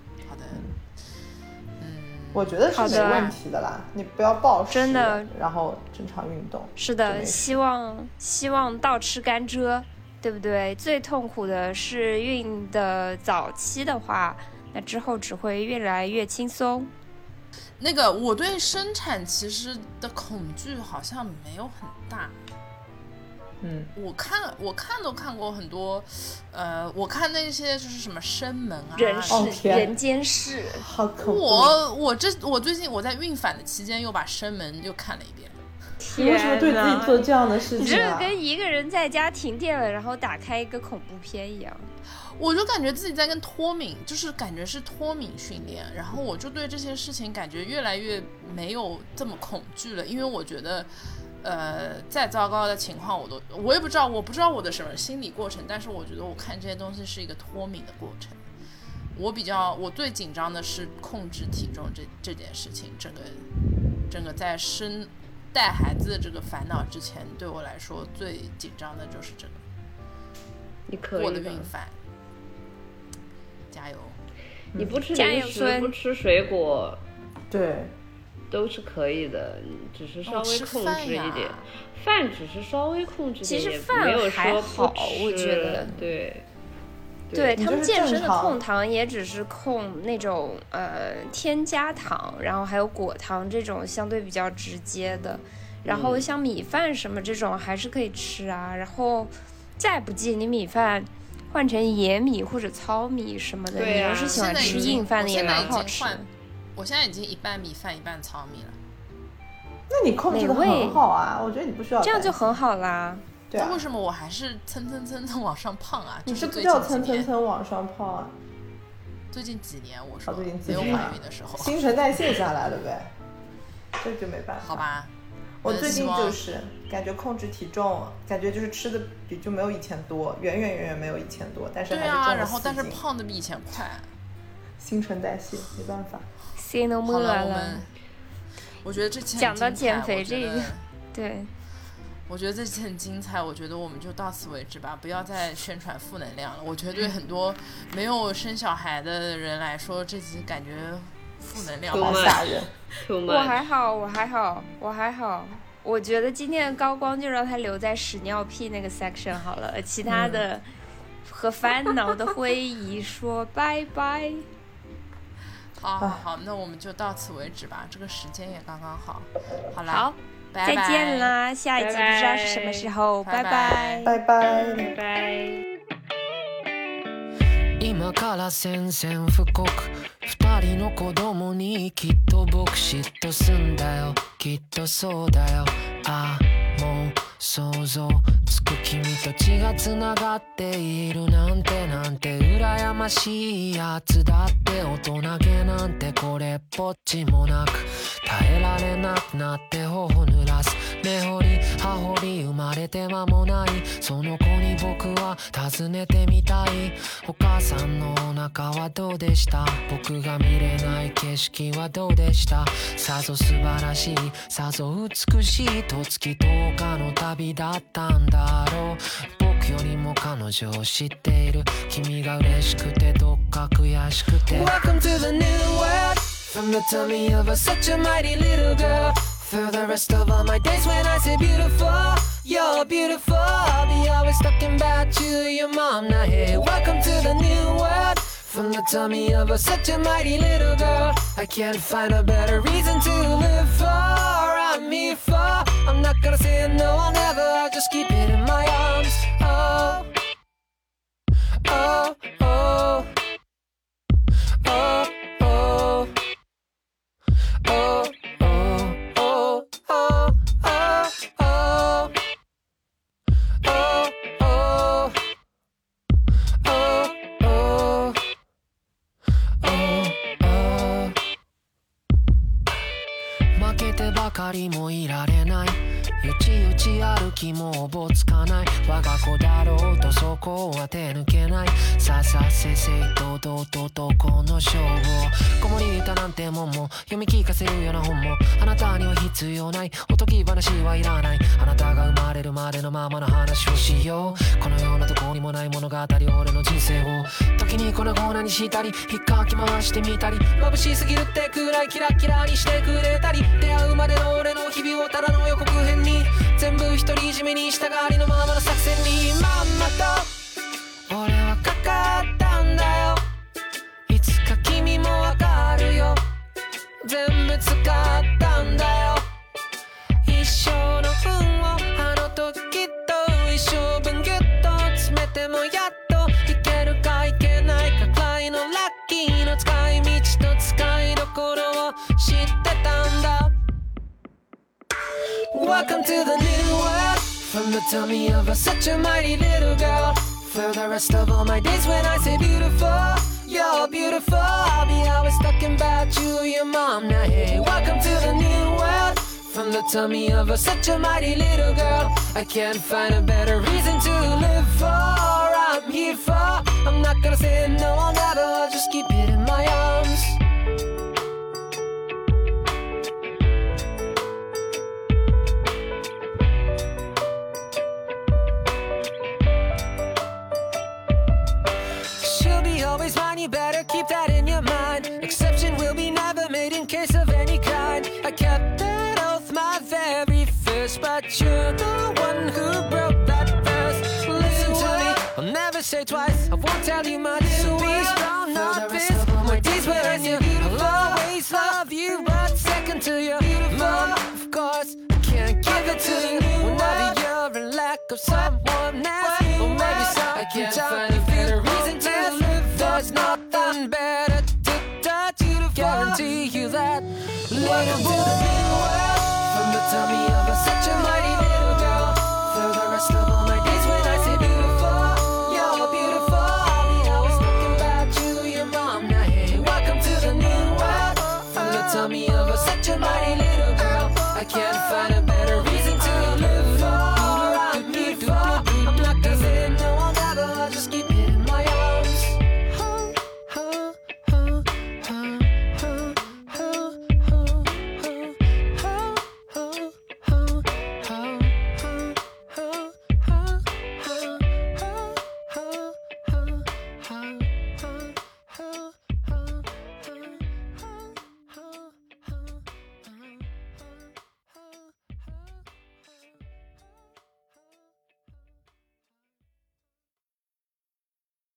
我觉得是没问题的啦，你不要暴食， 真的， 然后正常运动。 是的，希望倒吃甘蔗，对不对？最痛苦的是孕的早期的话，那之后只会越来越轻松。 那个我对生产其实的恐惧好像没有很大。我看都看过很多，我看那些就是什么生门啊， 人间世， 好恐怖。 我最近我在孕反的期间又把生门又看了一遍。 你为什么对自己做这样的事情啊？ 你这个跟一个人在家停电了，然后打开一个恐怖片一样。 我就感觉自己在跟脱敏，就是感觉是脱敏训练，然后我就对这些事情感觉越来越没有这么恐惧了，因为我觉得。再糟糕的情况我也不知道，我不知道我的什么心理过程，但是我觉得我看这些东西是一个脱敏的过程。我最紧张的是控制体重这件事情，整个在带孩子的这个烦恼之前，对我来说最紧张的就是这个。 你可以我的孕反，加油！ 你不吃零食，不吃水果， 对。 都是可以的，只是稍微控制一点。饭只是稍微控制一点， 其实饭没有还说好不吃， 我觉得对他们健身的控糖也只是控那种添加糖，然后还有果糖这种相对比较直接的，然后像米饭什么这种还是可以吃啊，然后再不济你米饭换成野米或者糙米什么的， 对啊， 你要是喜欢吃硬饭的也蛮好吃的。 我现在已经一半米饭一半糙米了。 那你控制的很好啊，我觉得你不需要这样就很好啦。 对啊， 那为什么我还是蹭往上胖啊？ 你是不叫蹭往上胖啊？ 最近几年我说最近没有怀孕的时候， 新陈代谢下来了呗，这就没办法。 好吧， 我最近就是感觉控制体重，感觉就是吃的比就没有以前多，远远没有以前多，但是还是重了4斤。 对啊，然后但是胖的比以前快。 新陈代谢没办法。 心都没了。 我觉得这期讲到减肥这个，对， 我觉得这期很精彩。我觉得我们就到此为止吧，不要再宣传负能量了。我觉得对很多没有生小孩的人来说，这期感觉负能量好吓人。 我还好，我觉得今天的高光就让他留在屎尿屁那个 section 好了，其他的和烦恼的会议说拜拜。 好，那我们就到此为止吧，这个时间也刚刚好。好啦， 好， 拜拜， 再见啦，下一集不知道是什么时候，拜拜， 拜拜， 拜拜。 今から宣戦布告二人の子供にきっと僕嫉妬すんだよきっとそうだよああもう想像つく君と血がつながっているなんて羨ましいやつだって大人げなんてこれっぽっちもなく耐えられなくなって頬濡らす根掘り葉掘り生まれて間もないその子に僕は尋ねてみたいお母さんのお腹はどうでした僕が見れない景色はどうでしたさぞ素晴らしいさぞ美しいと月10日の旅だったんだろう僕よりも彼女を知っている君が嬉しくてどっか悔しくて Welcome to the new world From the tummy of such a mighty little girl For the rest of all my days when I say beautiful You're beautiful I'll be always talking about you Your mom now hey Welcome to the new world From the tummy of such a mighty little girl I can't find a better reason to live for I'm here for I'm not gonna say no I'll never I'll just keep it in my arms Oh Oh Oh Oh Oh Ohばかりもいられないよちよち歩きもおぼつかない我が子だろうとそこは手抜けないさあさあせいせい堂々とこの勝負を子守歌なんてもんも読み聞かせるような本もあなたには必要ないおとぎ話はいらないあなたが生まれるまでのままの話をしようこのようなとこにもない物語俺の人生を時に粉々にしたり引っかき回してみたり眩しすぎるってくらいキラキラにしてくれたり出会うまでの俺の日々をただの予告編に全部独り占めにしたがりのままの作戦にまんまと俺はかかったんだよいつか君もわかるよ全部使ったんだよ一生の分をあの時と一生分ギュッと詰めてもやっといけるかいけないかくらいのラッキーの使い道と使いどころを知ってたんだWelcome to the new world From the tummy of such a mighty little girl For the rest of all my days when I say beautiful You're beautiful I'll be always talking about you Your mom now hey Welcome to the new world From the tummy of such a mighty little girl I can't find a better reason to live for I'm here for I'm not gonna say no I'll never I'll just keep it in my arms Always mine, you better keep that in your mind Exception will be never made in case of any kind I can't that you're the one who broke that first. Listen to me, I'll never say twice, I won't tell you much. So be strong, not this. My days when you, I'll always love you, but second to your mom, of course, I can't give it to you. Whenever you're in lack of someone else, or maybe something time you feel a reason to live. There's nothing better to touch you, to guarantee you that little to the new world. From the tummy of such a mighty little girl, for the rest of all my days when I say beautiful, you're beautiful. I'll be always thinking about you, your mom. Now hey, welcome to the new world. From the tummy of such a mighty little